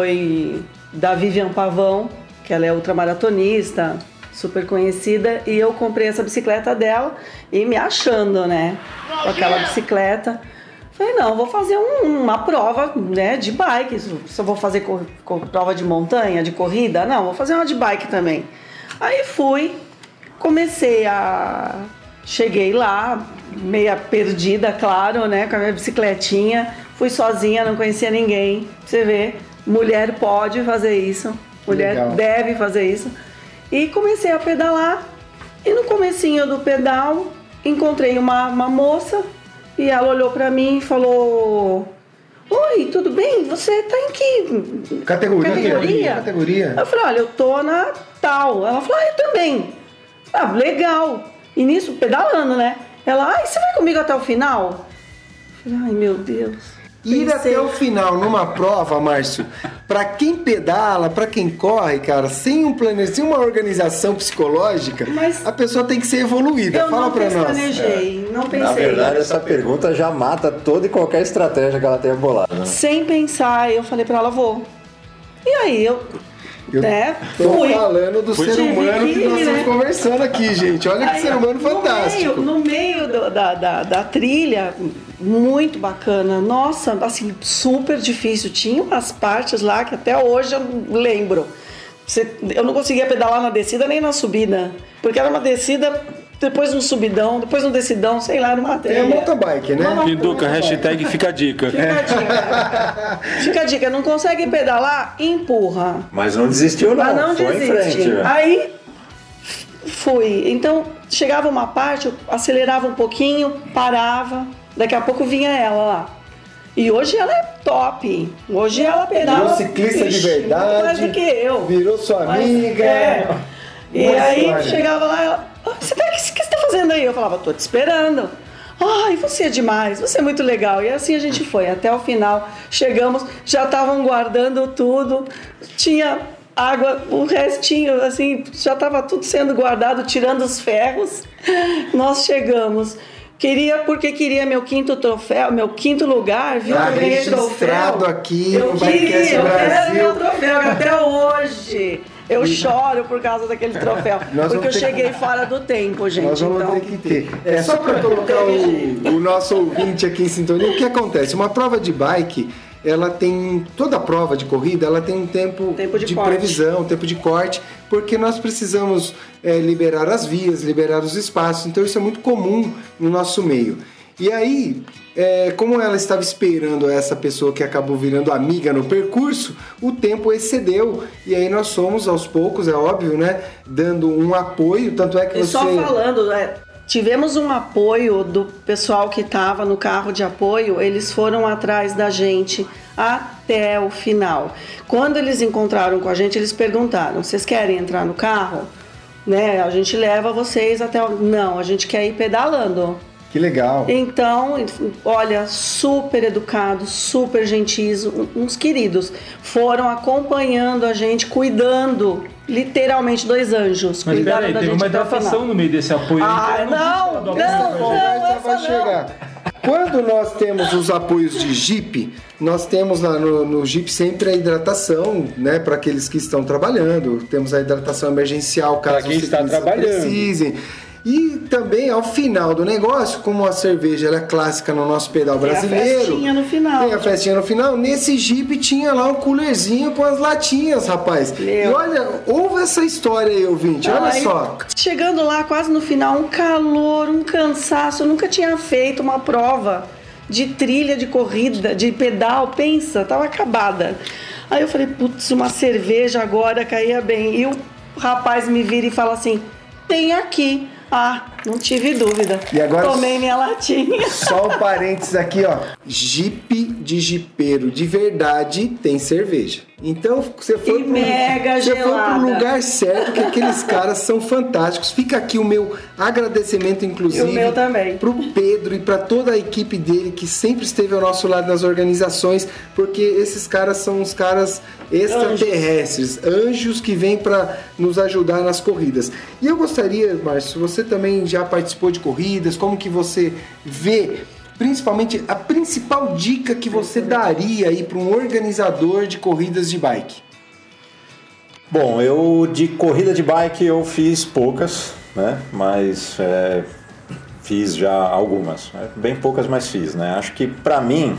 Speaker 3: foi da Vivian Pavão, que ela é ultramaratonista, super conhecida, e eu comprei essa bicicleta dela e me achando, né, com aquela bicicleta. Falei, não, vou fazer um, uma prova, né, de bike. Se eu vou fazer co- co- prova de montanha, de corrida, não, vou fazer uma de bike também. Aí fui, comecei a... Cheguei lá, meia perdida, claro, né, com a minha bicicletinha. Fui sozinha, não conhecia ninguém. Você vê, mulher pode fazer isso, mulher
Speaker 2: Legal.
Speaker 3: deve fazer isso. E comecei a pedalar. E no comecinho do pedal, encontrei uma, uma moça e ela olhou pra mim e falou: oi, tudo bem? Você tá em que
Speaker 2: Categoria.
Speaker 3: categoria?
Speaker 2: Categoria.
Speaker 3: Eu falei, olha, eu tô na tal. Ela falou, ah, eu também. Ah, legal. E nisso, pedalando, né? Ela, ai, você vai comigo até o final? Eu falei, ai, meu Deus.
Speaker 2: Ir
Speaker 3: Pensei.
Speaker 2: até o final numa prova, Márcio, pra quem pedala, pra quem corre, cara, sem um planejamento, sem uma organização psicológica,
Speaker 3: Mas
Speaker 2: a pessoa tem que ser evoluída.
Speaker 3: Eu
Speaker 2: Fala
Speaker 3: não
Speaker 2: pra nós.
Speaker 3: planejei, não pensei.
Speaker 4: Na verdade, essa pergunta já mata toda e qualquer estratégia que ela tenha bolado, né?
Speaker 3: Sem pensar, eu falei pra ela, vou. E aí, eu,
Speaker 2: Eu
Speaker 3: né,
Speaker 2: Tô
Speaker 3: fui.
Speaker 2: falando do ser
Speaker 3: Tive
Speaker 2: humano que,
Speaker 3: que ir,
Speaker 2: nós estamos
Speaker 3: né?
Speaker 2: conversando aqui, gente. Olha que
Speaker 3: Aí,
Speaker 2: ser humano fantástico.
Speaker 3: No meio, no meio do- da, da, da trilha, muito bacana. Nossa, assim, super difícil. Tinha umas partes lá que até hoje eu lembro. Você- eu não conseguia pedalar na descida nem na subida. Porque era uma descida, depois um subidão, depois um decidão, sei lá, numa trilha.
Speaker 2: É mountain bike, né?
Speaker 3: Uma-
Speaker 5: Pinduca, hashtag fica a dica.
Speaker 3: Fica a dica. Fica a dica, não consegue pedalar? Empurra.
Speaker 4: Mas não desistiu, não.
Speaker 3: Mas não
Speaker 4: Foi
Speaker 3: desiste.
Speaker 4: em frente. né?
Speaker 3: Aí Fui. Então, chegava uma parte, eu acelerava um pouquinho, parava, daqui a pouco vinha ela lá. E hoje ela é top. Hoje ela pedala.
Speaker 2: Virou ciclista de verdade.
Speaker 3: Mais do que eu.
Speaker 2: Virou sua
Speaker 3: Mas,
Speaker 2: amiga.
Speaker 3: É. E
Speaker 2: Boa
Speaker 3: aí
Speaker 2: história.
Speaker 3: chegava lá, ela, ah, você tá, o que você tá fazendo aí? Eu falava, tô te esperando. Ai, você é demais, você é muito legal. E assim a gente foi, até o final. Chegamos, já estavam guardando tudo. Tinha água, o restinho, assim, já estava tudo sendo guardado, tirando os ferros. Nós chegamos. Queria, porque queria meu quinto troféu, meu quinto lugar, viu?
Speaker 2: Tá
Speaker 3: Eu ganhei
Speaker 2: registrado
Speaker 3: troféu.
Speaker 2: aqui
Speaker 3: eu
Speaker 2: no
Speaker 3: queria,
Speaker 2: Bikecast
Speaker 3: eu quero
Speaker 2: Brasil.
Speaker 3: meu troféu até hoje. Eu choro por causa daquele troféu.
Speaker 2: Nós
Speaker 3: porque eu
Speaker 2: vamos ter
Speaker 3: cheguei
Speaker 2: que-
Speaker 3: fora do tempo, gente.
Speaker 2: Nós vamos
Speaker 3: então...
Speaker 2: ter que ter. É só para colocar o, o nosso ouvinte aqui em sintonia. O que acontece? Uma prova de bike, ela tem toda prova de corrida, ela tem um tempo,
Speaker 3: Tempo de
Speaker 2: de
Speaker 3: corte.
Speaker 2: previsão, tempo de corte, porque nós precisamos é, liberar as vias, liberar os espaços. Então isso é muito comum no nosso meio. E aí, é, como ela estava esperando essa pessoa que acabou virando amiga no percurso, o tempo excedeu. E aí nós somos, aos poucos, é óbvio, né? Dando um apoio, tanto é que
Speaker 3: E
Speaker 2: você...
Speaker 3: só falando, é, tivemos um apoio do pessoal que estava no carro de apoio, eles foram atrás da gente até o final. Quando eles encontraram com a gente, eles perguntaram, vocês querem entrar no carro? Né? A gente leva vocês até o... Não, a gente quer ir pedalando.
Speaker 2: Que legal.
Speaker 3: Então, olha, super educados, super gentis, uns queridos. Foram acompanhando a gente, cuidando, literalmente dois anjos.
Speaker 5: Mas
Speaker 3: cuidaram
Speaker 5: peraí,
Speaker 3: da
Speaker 5: teve
Speaker 3: gente
Speaker 5: uma
Speaker 3: até o
Speaker 5: hidratação
Speaker 3: final.
Speaker 5: no meio desse apoio.
Speaker 3: Ah,
Speaker 5: aí, que eu
Speaker 3: não,
Speaker 5: tinha dado
Speaker 3: não,
Speaker 5: alguma
Speaker 3: não.
Speaker 5: coisa.
Speaker 2: já vai
Speaker 3: essa não.
Speaker 2: chegar. Quando nós temos os apoios de Jeep, nós temos lá no, no Jeep sempre a hidratação, né, para aqueles que estão trabalhando. Temos a hidratação emergencial, caso
Speaker 5: Pra quem
Speaker 2: os
Speaker 5: está
Speaker 2: ciclistas
Speaker 5: trabalhando.
Speaker 2: precisem. E também ao final do negócio, como a cerveja ela é clássica no nosso pedal
Speaker 3: Tem a
Speaker 2: brasileiro,
Speaker 3: festinha no final.
Speaker 2: tem a festinha no final. Nesse Jeep tinha lá um coolerzinho com as latinhas, rapaz.
Speaker 3: Meu.
Speaker 2: E olha, ouve essa história aí, ouvinte. Olha
Speaker 3: Aí,
Speaker 2: só.
Speaker 3: Chegando lá, quase no final, um calor, um cansaço. Eu nunca tinha feito uma prova de trilha de corrida, de pedal. Pensa, tava acabada. Aí eu falei, putz, uma cerveja agora caía bem. E o rapaz me vira e fala assim, tem aqui. Ah, não tive dúvida.
Speaker 2: E agora-
Speaker 3: Tomei minha latinha.
Speaker 2: Só um parênteses aqui, ó. Jeep de jipeiro de verdade tem cerveja. Então, você foi
Speaker 3: E mega
Speaker 2: você foi
Speaker 3: gelada.
Speaker 2: pro lugar certo, que aqueles caras são fantásticos. Fica aqui o meu agradecimento, inclusive,
Speaker 3: E o meu também.
Speaker 2: pro Pedro e para toda a equipe dele que sempre esteve ao nosso lado nas organizações, porque esses caras são uns caras extraterrestres, anjos, anjos que vêm para nos ajudar nas corridas. E eu gostaria, Márcio, você também já participou de corridas, como que você vê, principalmente a principal dica que você daria aí para um organizador de corridas de bike?
Speaker 4: Bom, eu de corrida de bike eu fiz poucas, né? Mas é, fiz já algumas, né? Bem poucas, mas fiz, né? Acho que pra mim,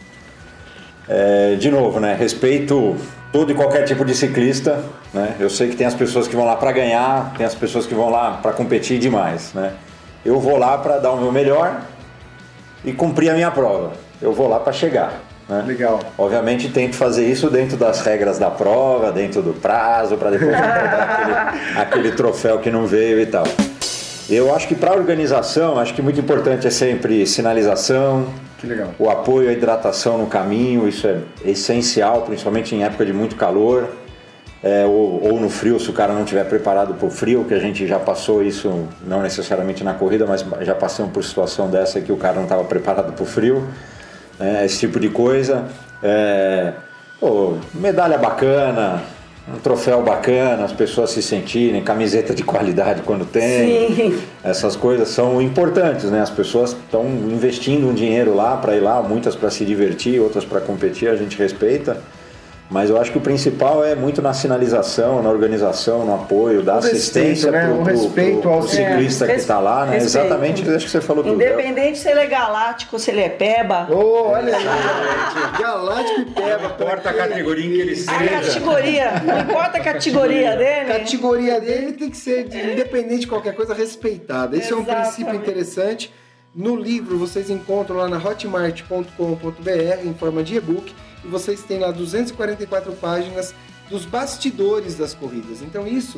Speaker 4: é, de novo, né? Respeito todo e qualquer tipo de ciclista, né? Eu sei que tem as pessoas que vão lá pra ganhar, tem as pessoas que vão lá pra competir demais, né? Eu vou lá pra dar o meu melhor e cumprir a minha prova. Eu vou lá pra chegar. Né?
Speaker 2: Legal.
Speaker 4: Obviamente tento fazer isso dentro das regras da prova, dentro do prazo, para depois não pegar aquele, aquele troféu que não veio e tal. Eu acho que para a organização, acho que muito importante é sempre sinalização,
Speaker 2: Que legal.
Speaker 4: o apoio à hidratação no caminho, isso é essencial, principalmente em época de muito calor, é, ou, ou no frio, se o cara não estiver preparado para o frio, que a gente já passou isso, não necessariamente na corrida, mas já passamos por situação dessa que o cara não estava preparado para o frio. É, esse tipo de coisa, é, pô, medalha bacana, um troféu bacana, as pessoas se sentirem, camiseta de qualidade quando tem.
Speaker 3: Sim.
Speaker 4: Essas coisas são importantes, né? As pessoas estão investindo um dinheiro lá para ir lá, muitas para se divertir, outras para competir, a gente respeita. Mas eu acho que o principal é muito na sinalização, na organização, no apoio, da
Speaker 2: O respeito,
Speaker 4: assistência
Speaker 2: né?
Speaker 4: pro,
Speaker 2: O
Speaker 4: pro,
Speaker 2: respeito
Speaker 4: pro,
Speaker 2: ao
Speaker 4: pro ciclista
Speaker 3: É,
Speaker 4: que está lá, né?
Speaker 3: respeito.
Speaker 4: Exatamente, acho que você falou tudo.
Speaker 3: Independente se ele é galáctico, se ele é peba,
Speaker 2: Oh, olha aí, gente. Galáctico e peba.
Speaker 4: Não importa a categoria em que ele
Speaker 3: a
Speaker 4: seja.
Speaker 3: categoria, não importa a categoria dele.
Speaker 2: A categoria dele tem que ser, independente de qualquer coisa, respeitada. Esse é um
Speaker 3: Exatamente.
Speaker 2: princípio interessante. No livro vocês encontram lá na hotmart ponto com ponto b r em forma de e-book e vocês têm lá duzentas e quarenta e quatro páginas dos bastidores das corridas. Então isso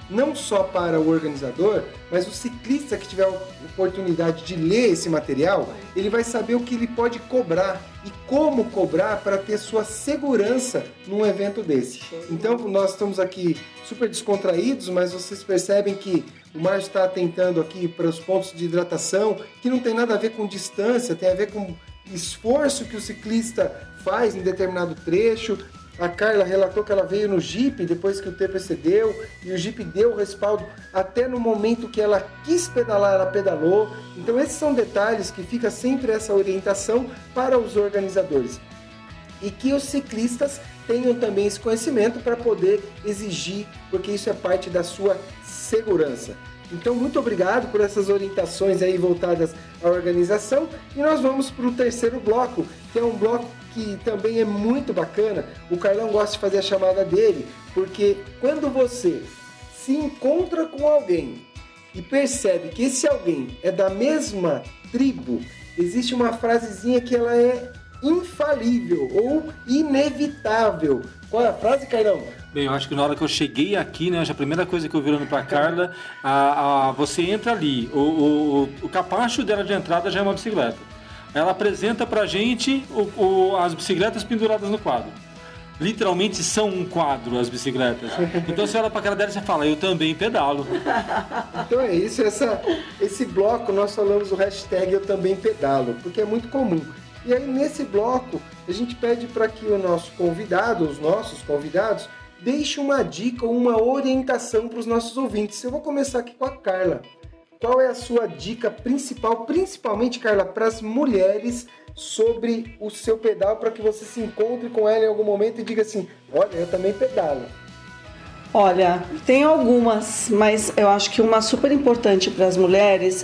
Speaker 2: não só para o organizador, mas o ciclista que tiver a oportunidade de ler esse material, ele vai saber o que ele pode cobrar e como cobrar para ter sua segurança num evento desse. Então nós estamos aqui super descontraídos, mas vocês percebem que o Márcio está atentando aqui para os pontos de hidratação, que não tem nada a ver com distância, tem a ver com esforço que o ciclista faz em determinado trecho. A Carla relatou que ela veio no Jeep depois que o T P C deu, e o Jeep deu o respaldo até no momento que ela quis pedalar, ela pedalou. Então esses são detalhes que fica sempre essa orientação para os organizadores. E que os ciclistas tenham também esse conhecimento para poder exigir, porque isso é parte da sua segurança. Então, muito obrigado por essas orientações aí voltadas à organização. E nós vamos para o terceiro bloco, que é um bloco que também é muito bacana. O Carlão gosta de fazer a chamada dele, porque quando você se encontra com alguém e percebe que esse alguém é da mesma tribo, existe uma frasezinha que ela é infalível ou inevitável. Qual é a frase, Carlão?
Speaker 5: Bem, eu acho que na hora que eu cheguei aqui, né, a primeira coisa que eu vi olhando pra Carla, a, a, você entra ali, o, o, o capacho dela de entrada já é uma bicicleta. Ela apresenta pra gente o, o, as bicicletas penduradas no quadro. Literalmente são um quadro as bicicletas. Então você olha pra cara dela e você fala, eu também pedalo.
Speaker 2: Então é isso, essa, esse bloco nós falamos o hashtag eu também pedalo, porque é muito comum. E aí nesse bloco a gente pede para que o nosso convidado, os nossos convidados, deixe uma dica ou uma orientação para os nossos ouvintes. Eu vou começar aqui com a Carla. Qual é a sua dica principal, principalmente, Carla, para as mulheres sobre o seu pedal, para que você se encontre com ela em algum momento e diga assim, olha, eu também pedalo?
Speaker 3: Olha, tem algumas, mas eu acho que uma super importante para as mulheres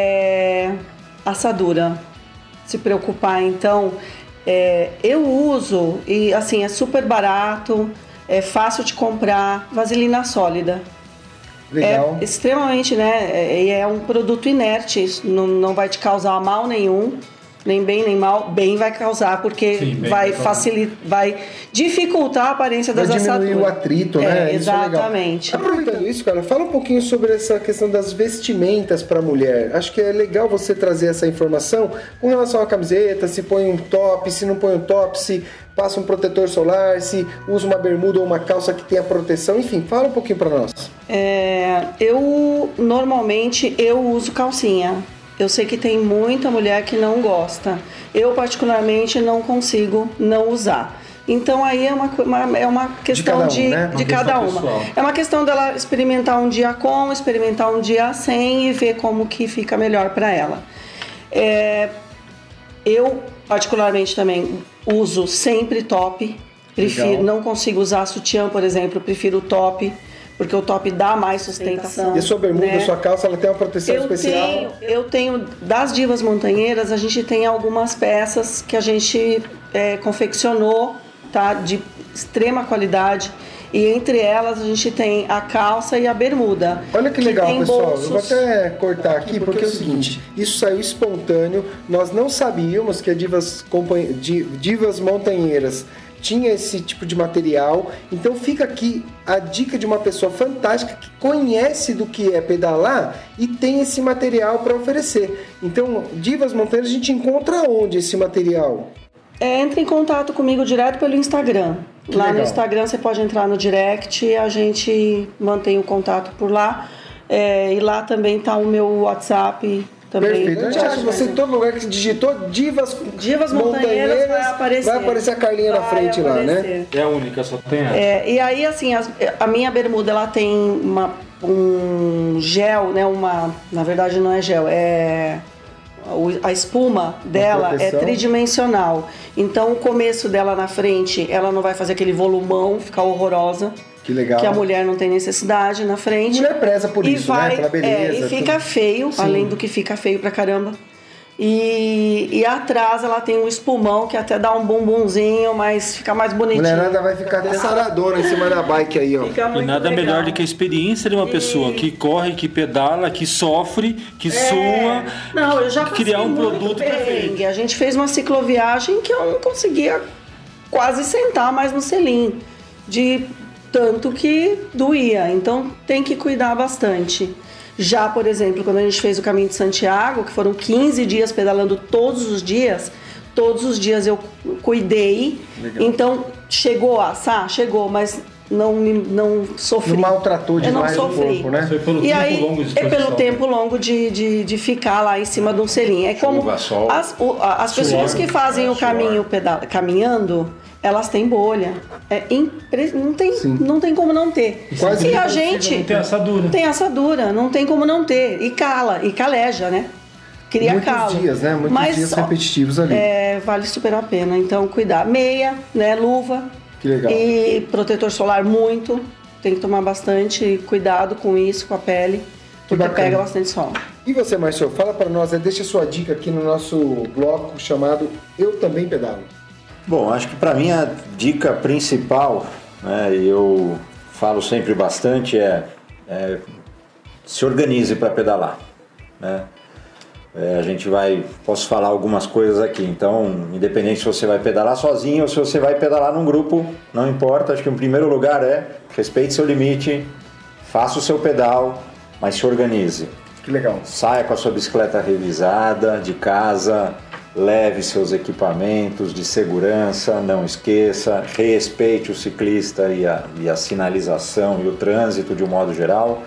Speaker 3: é a assadura. Se preocupar, então, é, eu uso, e assim, é super barato, é fácil de comprar, vaselina sólida.
Speaker 2: Legal.
Speaker 3: É extremamente, né? É, é um produto inerte, não, não vai te causar mal nenhum, nem bem nem mal, bem vai causar, porque Sim, vai facilitar, vai dificultar a aparência das assaduras.
Speaker 2: Vai diminuir o atrito,
Speaker 3: é,
Speaker 2: né?
Speaker 3: Exatamente.
Speaker 2: Isso é legal. Aproveitando isso, cara, fala um pouquinho sobre essa questão das vestimentas para mulher. Acho que é legal você trazer essa informação com relação à camiseta, se põe um top, se não põe um top, se passa um protetor solar, se usa uma bermuda ou uma calça que tenha proteção, enfim, fala um pouquinho para nós.
Speaker 3: É, eu, normalmente, eu uso calcinha. Eu sei que tem muita mulher que não gosta. Eu, particularmente, não consigo não usar. Então, aí é uma, uma, é uma questão de,
Speaker 2: de, um, né?
Speaker 3: de cada uma. Pessoal. É uma questão dela experimentar um dia com, experimentar um dia sem e ver como que fica melhor para ela. É, eu, particularmente, também uso sempre top. Prefiro, não consigo usar sutiã, por exemplo, prefiro top. Porque o top dá mais sustentação.
Speaker 2: E a sua bermuda, né? A sua calça, ela tem uma proteção
Speaker 3: eu
Speaker 2: especial?
Speaker 3: Tenho, eu tenho, das divas montanheiras, a gente tem algumas peças que a gente é, confeccionou, tá? De extrema qualidade. E entre elas a gente tem a calça e a bermuda.
Speaker 2: Olha que, que legal, pessoal.
Speaker 3: Bolsos.
Speaker 2: Eu vou até cortar aqui, porque, porque é o seguinte, isso saiu espontâneo. Nós não sabíamos que a Divas, divas Montanheiras tinha esse tipo de material. Então fica aqui a dica de uma pessoa fantástica que conhece do que é pedalar e tem esse material para oferecer. Então, Divas Montanheiras, a gente encontra onde esse material?
Speaker 3: É, entre em contato comigo direto pelo Instagram. Que lá legal. No Instagram você pode entrar no direct e a gente mantém o contato por lá. É, e lá também está o meu WhatsApp. Também.
Speaker 2: Perfeito. A gente acha você em todo lugar que digitou Divas,
Speaker 3: Divas Montanheiras, Montanheiras vai, aparecer.
Speaker 2: vai aparecer a Carlinha vai na frente aparecer. Lá, né?
Speaker 5: É a única, só tem essa.
Speaker 3: É, e aí, assim, as, a minha bermuda, ela tem uma, um gel, né? Uma, na verdade não é gel, é... A espuma dela é tridimensional. Então o começo dela na frente, ela não vai fazer aquele volumão, ficar horrorosa.
Speaker 2: Que legal.
Speaker 3: Que a mulher não tem necessidade na frente.
Speaker 2: A mulher preza por
Speaker 3: e
Speaker 2: isso,
Speaker 3: vai,
Speaker 2: né? Pela beleza.
Speaker 3: É, e fica tudo. Feio, Sim. além do que fica feio pra caramba. E, e atrás ela tem um espumão que até dá um bumbumzinho, mas fica mais bonitinho.
Speaker 2: A mulherada vai ficar até saradona em cima da bike aí, ó.
Speaker 5: Fica muito e nada legal. Melhor do que a experiência de uma e... pessoa que corre, que pedala, que sofre, que é... sua.
Speaker 3: Não, eu já
Speaker 5: criar um produto
Speaker 3: perfeito. A gente fez uma cicloviagem que eu não conseguia quase sentar mais no selim. De tanto que doía. Então tem que cuidar bastante. Já, por exemplo, quando a gente fez o Caminho de Santiago, que foram quinze dias pedalando todos os dias, todos os dias eu cuidei. Legal. Então chegou a assar? Chegou, mas não, não sofri.
Speaker 2: Não maltratou demais
Speaker 3: o
Speaker 2: corpo, né?
Speaker 5: Foi pelo
Speaker 3: e
Speaker 5: tempo
Speaker 3: aí,
Speaker 5: longo de
Speaker 3: é pelo tempo longo de, de, de ficar lá em cima de um selim. É como
Speaker 4: Chuva, sol,
Speaker 3: as, o, as pessoas que fazem o caminho pedal, caminhando, elas têm bolha. É impre... não, tem, não tem como não ter.
Speaker 2: Quase
Speaker 3: e a gente
Speaker 5: não tem assadura.
Speaker 3: Tem assadura, não tem como não ter. E cala, e caleja, né? Cria
Speaker 2: Muitos
Speaker 3: calo.
Speaker 2: dias, né? Muitos
Speaker 3: Mas,
Speaker 2: dias
Speaker 3: ó,
Speaker 2: repetitivos ali.
Speaker 3: É, vale super a pena. Então, cuidar. Meia, né? Luva.
Speaker 2: Que legal.
Speaker 3: E protetor solar muito. Tem que tomar bastante cuidado com isso, com a pele. Porque
Speaker 2: bacana.
Speaker 3: pega bastante sol.
Speaker 2: E você, Marcelo, fala para nós, né? Deixa sua dica aqui no nosso bloco chamado Eu Também Pedalo.
Speaker 4: Bom, acho que para mim a dica principal, né, e eu falo sempre bastante, é, é se organize para pedalar, né? É, a gente vai, posso falar algumas coisas aqui, então independente se você vai pedalar sozinho ou se você vai pedalar num grupo, não importa, acho que o primeiro lugar é respeite seu limite, faça o seu pedal, mas se organize.
Speaker 2: Que legal.
Speaker 4: Saia com a sua bicicleta revisada de casa, leve seus equipamentos de segurança, não esqueça, respeite o ciclista e a, e a sinalização e o trânsito de um modo geral.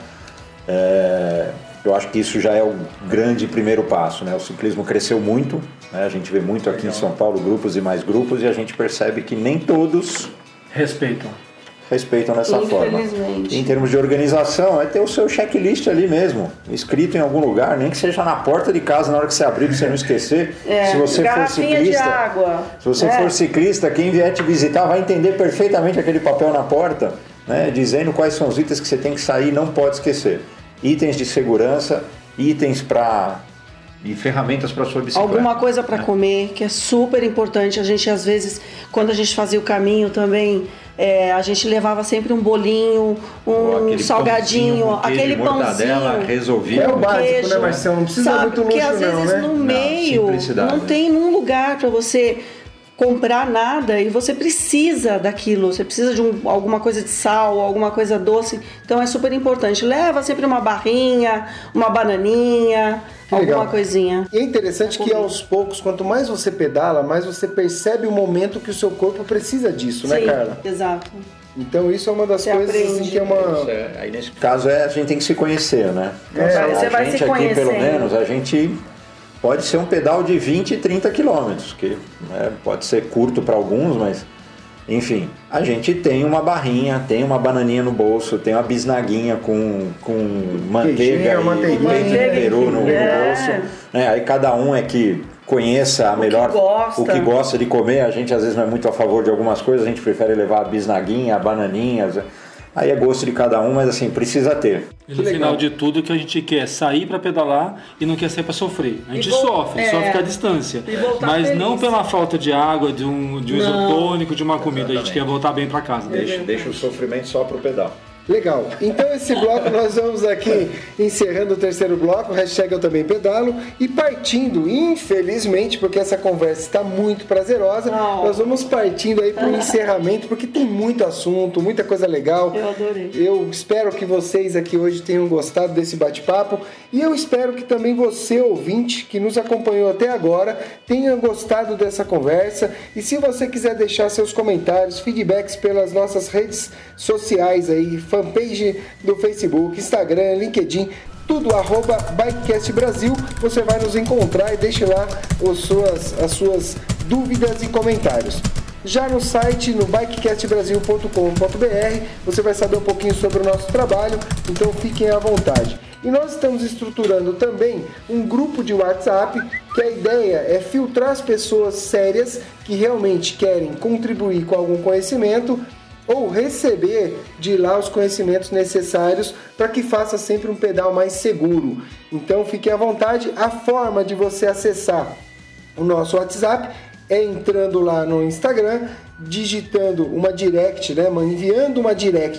Speaker 4: É, eu acho que isso já é o grande primeiro passo, né? O ciclismo cresceu muito, né? A gente vê muito aqui Legal. Em São Paulo grupos e mais grupos e a gente percebe que nem todos
Speaker 5: respeitam.
Speaker 4: respeitam dessa forma. Em termos de organização, é ter o seu checklist ali mesmo, escrito em algum lugar, nem que seja na porta de casa na hora que você abrir para você não esquecer.
Speaker 3: É,
Speaker 4: se você for ciclista,
Speaker 3: de água.
Speaker 4: se você
Speaker 3: é.
Speaker 4: for ciclista, quem vier te visitar vai entender perfeitamente aquele papel na porta, né, dizendo quais são os itens que você tem que sair e não pode esquecer. Itens de segurança, itens para e ferramentas para sua bicicleta.
Speaker 3: Alguma coisa para
Speaker 4: né?
Speaker 3: comer, que é super importante. A gente, às vezes, quando a gente fazia o caminho também, é, a gente levava sempre um bolinho, um salgadinho,
Speaker 4: pãozinho, queijo,
Speaker 3: aquele
Speaker 4: mortadela,
Speaker 3: pãozinho.
Speaker 4: resolvido.
Speaker 2: É o básico,
Speaker 3: queijo,
Speaker 2: né, Marcelo? Não precisa
Speaker 3: sabe?
Speaker 2: muito luxo,
Speaker 3: Porque às
Speaker 2: não,
Speaker 3: vezes
Speaker 2: né?
Speaker 3: no
Speaker 4: Não,
Speaker 3: meio
Speaker 4: simplicidade,
Speaker 3: não
Speaker 4: né?
Speaker 3: tem nenhum lugar para você comprar nada e você precisa daquilo, você precisa de um, alguma coisa de sal, alguma coisa doce, então é super importante. Leva sempre uma barrinha, uma bananinha,
Speaker 2: Que
Speaker 3: alguma
Speaker 2: legal.
Speaker 3: coisinha.
Speaker 2: E é interessante que aos poucos, quanto mais você pedala, mais você percebe o momento que o seu corpo precisa disso, né,
Speaker 3: Sim,
Speaker 2: Carla?
Speaker 3: exato.
Speaker 2: Então isso é uma das
Speaker 3: Você
Speaker 2: coisas assim,
Speaker 3: aprende.
Speaker 2: que é uma...
Speaker 4: É, aí nesse caso é, a gente tem que se conhecer, né?
Speaker 2: É,
Speaker 3: Você
Speaker 4: a
Speaker 3: vai
Speaker 4: gente
Speaker 3: se
Speaker 4: aqui, pelo
Speaker 3: conhecendo.
Speaker 4: menos, a gente pode ser um pedal de vinte, trinta quilômetros, que né, pode ser curto para alguns, mas enfim, a gente tem uma barrinha, tem uma bananinha no bolso, tem uma bisnaguinha com, com manteiga
Speaker 2: Queijinho,
Speaker 4: e
Speaker 2: manteiguinha.
Speaker 4: peru no, no
Speaker 3: É.
Speaker 4: bolso. Né? Aí cada um é que conheça a
Speaker 3: O
Speaker 4: melhor
Speaker 3: que gosta.
Speaker 4: o que gosta de comer. A gente às vezes não é muito a favor de algumas coisas, a gente prefere levar a bisnaguinha, a bananinha. Aí é gosto de cada um, mas assim, precisa ter.
Speaker 5: E no final de tudo, o que a gente quer é sair para pedalar e não quer sair para sofrer. A gente
Speaker 3: E vol-
Speaker 5: sofre,
Speaker 3: é.
Speaker 5: sofre com a distância.
Speaker 3: E voltar
Speaker 5: Mas
Speaker 3: feliz.
Speaker 5: não pela falta de água, de um, de um
Speaker 3: Não.
Speaker 5: isotônico, de uma comida. A gente quer voltar bem para casa.
Speaker 4: Deixa, deixa o sofrimento só pro pedal.
Speaker 2: Legal. Então esse bloco nós vamos aqui encerrando o terceiro bloco, hashtag Eu Também Pedalo, e partindo, infelizmente, porque essa conversa está muito prazerosa,
Speaker 3: Não.
Speaker 2: nós vamos partindo aí para o encerramento, porque tem muito assunto, muita coisa legal.
Speaker 3: Eu adorei.
Speaker 2: Eu espero que vocês aqui hoje tenham gostado desse bate-papo e eu espero que também você, ouvinte, que nos acompanhou até agora, tenha gostado dessa conversa. E se você quiser deixar seus comentários, feedbacks pelas nossas redes sociais aí, fanpage do Facebook, Instagram, LinkedIn, tudo arroba Bikecast Brasil, você vai nos encontrar e deixe lá os suas, as suas dúvidas e comentários. Já no site, no bikecast brasil ponto com ponto b r, você vai saber um pouquinho sobre o nosso trabalho, então fiquem à vontade. E nós estamos estruturando também um grupo de WhatsApp, que a ideia é filtrar as pessoas sérias que realmente querem contribuir com algum conhecimento ou receber de lá os conhecimentos necessários para que faça sempre um pedal mais seguro. Então fique à vontade. A forma de você acessar o nosso WhatsApp é entrando lá no Instagram, digitando uma direct, né, enviando uma direct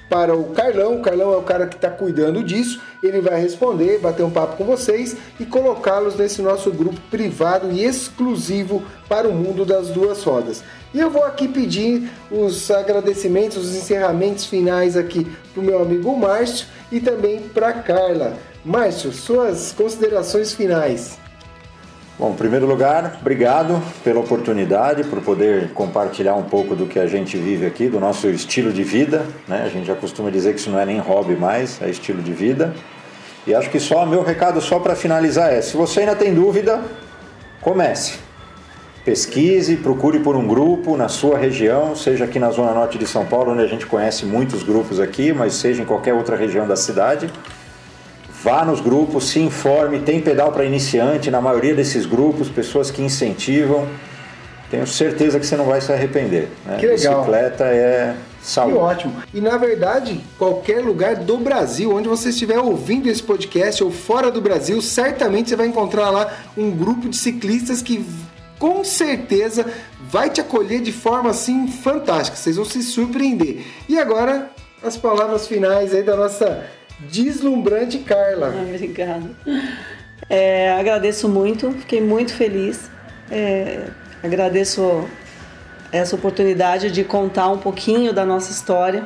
Speaker 2: para o Carlão. O Carlão é o cara que está cuidando disso. Ele vai responder, bater um papo com vocês e colocá-los nesse nosso grupo privado e exclusivo para o mundo das duas rodas. E eu vou aqui pedir os agradecimentos, os encerramentos finais aqui para o meu amigo Márcio e também para a Carla. Márcio, suas considerações finais.
Speaker 4: Bom, em primeiro lugar, obrigado pela oportunidade, por poder compartilhar um pouco do que a gente vive aqui, do nosso estilo de vida, né? A gente já costuma dizer que isso não é nem hobby mais, é estilo de vida. E acho que só meu recado só para finalizar é, se você ainda tem dúvida, comece. Pesquise, procure por um grupo na sua região, seja aqui na Zona Norte de São Paulo, onde a gente conhece muitos grupos aqui, mas seja em qualquer outra região da cidade. Vá nos grupos, se informe, tem pedal para iniciante, na maioria desses grupos, pessoas que incentivam. Tenho certeza que você não vai se arrepender. Né?
Speaker 2: Que legal.
Speaker 4: Bicicleta é saúde.
Speaker 2: Que ótimo. E na verdade, qualquer lugar do Brasil, onde você estiver ouvindo esse podcast ou fora do Brasil, certamente você vai encontrar lá um grupo de ciclistas que com certeza vai te acolher de forma assim fantástica. Vocês vão se surpreender. E agora, as palavras finais aí da nossa deslumbrante Carla.
Speaker 3: Ah, obrigada. É, agradeço muito, fiquei muito feliz. É, agradeço essa oportunidade de contar um pouquinho da nossa história.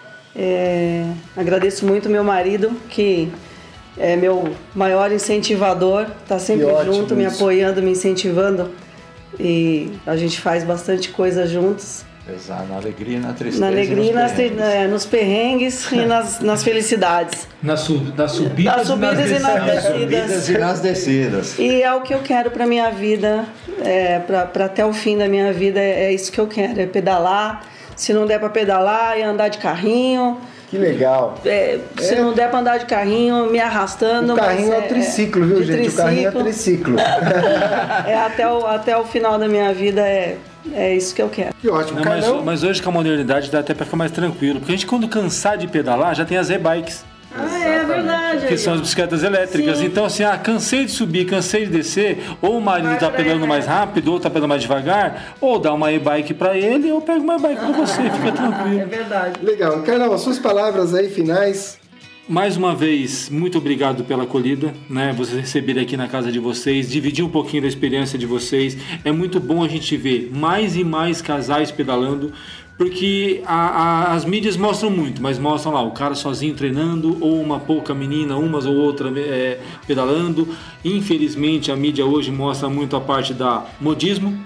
Speaker 3: É, agradeço muito meu marido, que é meu maior incentivador, está sempre junto, me apoiando, me incentivando. E a gente faz bastante coisa juntos.
Speaker 4: Exato, na alegria e na tristeza.
Speaker 3: Na alegria e nos
Speaker 4: perrengues,
Speaker 3: é, nos perrengues e nas, nas felicidades.
Speaker 5: Nas, sub, nas subidas,
Speaker 3: nas subidas e nas descidas.
Speaker 4: Subidas e nas descidas.
Speaker 3: E é o que eu quero para minha vida, é, para até o fim da minha vida, é, é isso que eu quero, é pedalar. Se não der para pedalar, é andar de carrinho.
Speaker 2: Que legal.
Speaker 3: É, se é. não der para andar de carrinho, me arrastando.
Speaker 2: O carrinho é o triciclo, é, viu, gente? Triciclo. O carrinho é triciclo.
Speaker 3: É, até, o, até o final da minha vida é, é isso que eu quero.
Speaker 2: Que ótimo.
Speaker 5: Não, mas, mas hoje com a modernidade dá até para ficar mais tranquilo. Porque a gente, quando cansar de pedalar, já tem as e-bikes.
Speaker 3: Ah, é verdade.
Speaker 5: Que são as bicicletas elétricas. Sim. Então, assim, ah, cansei de subir, cansei de descer, ou o marido está pedalando mais rápido, ou está pedalando mais devagar, ou dá uma e-bike para ele, ou pega uma e-bike para você, fica tranquilo.
Speaker 3: É verdade.
Speaker 2: Legal. Carol, suas palavras aí finais.
Speaker 5: Mais uma vez, muito obrigado pela acolhida, né? Vocês receberem aqui na casa de vocês, dividir um pouquinho da experiência de vocês. É muito bom a gente ver mais e mais casais pedalando, porque a, a, as mídias mostram muito, mas mostram lá o cara sozinho treinando, ou uma pouca menina, umas ou outra é, pedalando. Infelizmente a mídia hoje mostra muito a parte da modismo,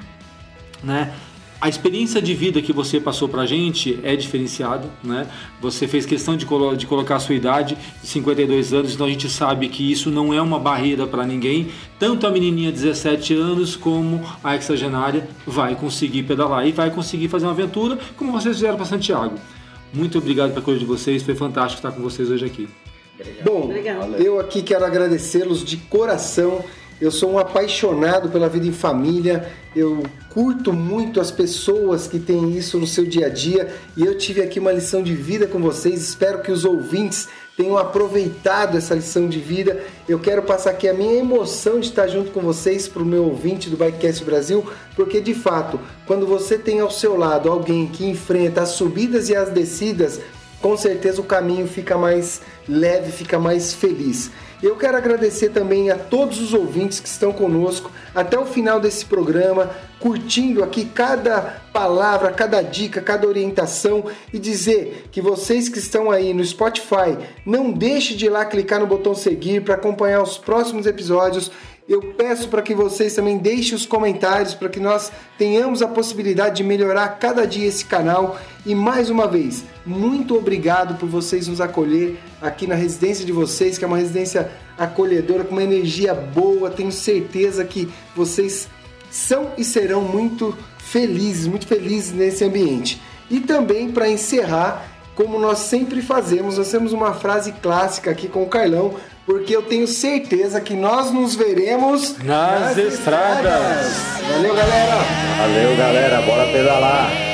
Speaker 5: né? A experiência de vida que você passou pra gente é diferenciada, né? Você fez questão de, colo- de colocar a sua idade de cinquenta e dois anos, então a gente sabe que isso não é uma barreira para ninguém. Tanto a menininha de dezessete anos como a hexagenária vai conseguir pedalar e vai conseguir fazer uma aventura como vocês fizeram para Santiago. Muito obrigado pela coisa de vocês, foi fantástico estar com vocês hoje aqui.
Speaker 2: Obrigado. Bom, Obrigado. Eu aqui quero agradecê-los de coração. Eu sou um apaixonado pela vida em família, eu curto muito as pessoas que têm isso no seu dia a dia e eu tive aqui uma lição de vida com vocês, espero que os ouvintes tenham aproveitado essa lição de vida. Eu quero passar aqui a minha emoção de estar junto com vocês para o meu ouvinte do Bikecast Brasil, porque de fato, quando você tem ao seu lado alguém que enfrenta as subidas e as descidas, com certeza o caminho fica mais leve, fica mais feliz. Eu quero agradecer também a todos os ouvintes que estão conosco até o final desse programa, curtindo aqui cada palavra, cada dica, cada orientação e dizer que vocês que estão aí no Spotify, não deixe de ir lá clicar no botão seguir para acompanhar os próximos episódios. Eu peço para que vocês também deixem os comentários para que nós tenhamos a possibilidade de melhorar cada dia esse canal. E mais uma vez, muito obrigado por vocês nos acolher aqui na residência de vocês, que é uma residência acolhedora, com uma energia boa. Tenho certeza que vocês são e serão muito felizes, muito felizes nesse ambiente. E também, para encerrar, como nós sempre fazemos, nós temos uma frase clássica aqui com o Carlão, porque eu tenho certeza que nós nos veremos
Speaker 5: nas, nas estradas.
Speaker 2: estradas. Valeu, galera!
Speaker 4: Valeu, galera! Bora pedalar!